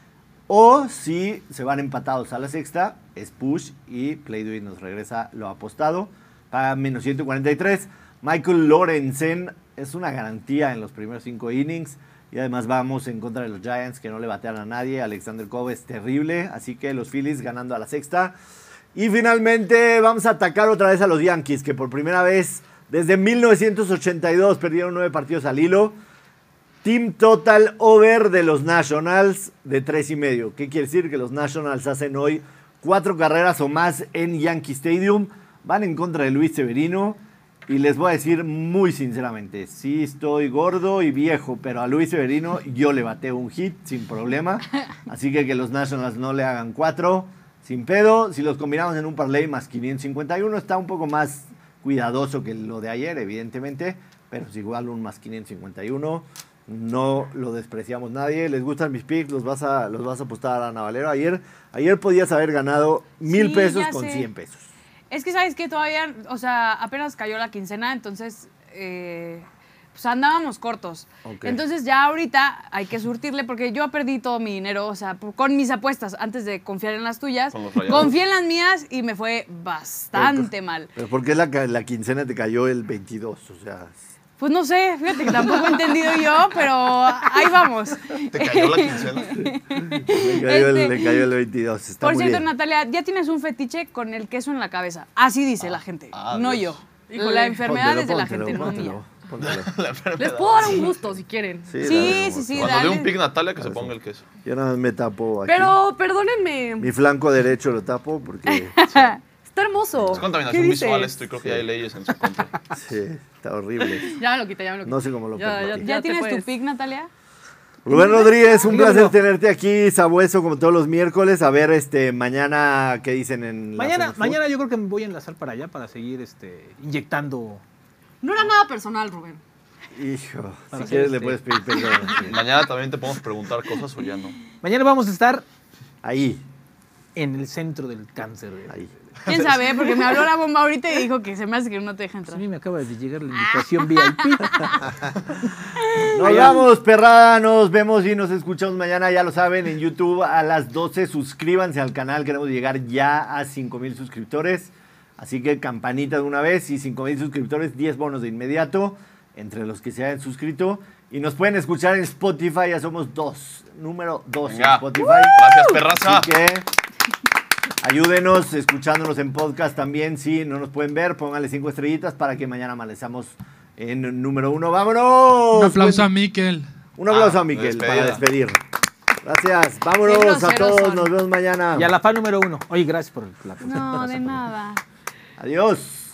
O si se van empatados a la sexta, es push y Play Do It nos regresa lo apostado. Paga menos 143. Michael Lorenzen es una garantía en los primeros 5 innings. Y además vamos en contra de los Giants, que no le batean a nadie. Alexander Cobb es terrible. Así que los Phillies ganando a la sexta. Y finalmente vamos a atacar otra vez a los Yankees, que por primera vez desde 1982 perdieron 9 partidos al hilo. Team total over de los Nationals de 3.5. ¿Qué quiere decir? Que los Nationals hacen hoy 4 carreras o más en Yankee Stadium. Van en contra de Luis Severino. Y les voy a decir muy sinceramente, sí estoy gordo y viejo, pero a Luis Severino yo le bateo un hit sin problema. Así que los Nationals no le hagan 4 sin pedo. Si los combinamos en un parlay más 551, está un poco más cuidadoso que lo de ayer, evidentemente, pero es igual un más 551, no lo despreciamos nadie. ¿Les gustan mis picks? ¿Los vas a apostar a Ana Valero? Ayer podías haber ganado 1,000 pesos con 100 pesos. Es que, ¿sabes qué? Todavía, o sea, apenas cayó la quincena, entonces, pues andábamos cortos. Okay. Entonces ya ahorita hay que surtirle, porque yo perdí todo mi dinero, o sea, con mis apuestas, antes de confiar en las tuyas. Confié en las mías y me fue bastante mal. ¿Pero por qué la quincena te cayó el 22? O sea... Pues no sé, fíjate que tampoco he entendido yo, pero ahí vamos. ¿Te cayó la quincena? Le cayó el 22. Está por muy cierto, bien. Natalia, ya tienes un fetiche con el queso en la cabeza. Así dice la gente, no Dios. yo. Hijo, la enfermedad Póntelo, es de la póntelo, gente, no póntelo, mía. póntelo. La enfermedad. Les puedo dar un gusto si quieren. Sí, dale, sí, sí, Cuando dé dale. un pick Natalia, que se ponga el queso. Yo nada más me tapo aquí. Pero perdónenme. Mi flanco derecho lo tapo porque... Está hermoso. Es ¿Qué contaminación dices? visual esto y creo que ya hay leyes en su contra. Sí, está horrible. Ya me lo quité, ya me lo quité. No sé cómo lo permití. ¿Ya te tienes tu puedes. pick, Natalia? Rubén Rodríguez, un Dígamelo. placer tenerte aquí, sabueso, como todos los miércoles. A ver, mañana, ¿qué dicen en la Fórmula Mañana yo creo que me voy a enlazar para allá para seguir inyectando. No era nada personal, Rubén. Hijo, Para si quieres hacer le puedes pedir perdón. Sí. Mañana también te podemos preguntar cosas o ya no. Mañana vamos a estar Ahí, en el centro del cáncer. ahí. ¿Quién sabe? Porque me habló la bomba ahorita y dijo que se me hace que no te deja Pues a entrar. mí me acaba de llegar la invitación VIP. Nos vamos, perrada, nos vemos y nos escuchamos mañana, ya lo saben, en YouTube a las 12. Suscríbanse al canal, queremos llegar ya a 5,000 suscriptores. Así que campanita de una vez y 5,000 suscriptores, 10 bonos de inmediato entre los que se hayan suscrito. Y nos pueden escuchar en Spotify, ya somos número 2 en Venga. Spotify. Gracias, perraza. Así que ayúdenos escuchándonos en podcast también. Si no nos pueden ver, pónganle 5 estrellitas para que mañana amanezcamos en número 1. ¡Vámonos! Un aplauso a Miquel. Un aplauso a Miquel despedida. para despedir. Gracias. Vámonos Qué a groseros todos. son. Nos vemos mañana. Y a la fan número 1. Oye, gracias por la No, de nada. Adiós.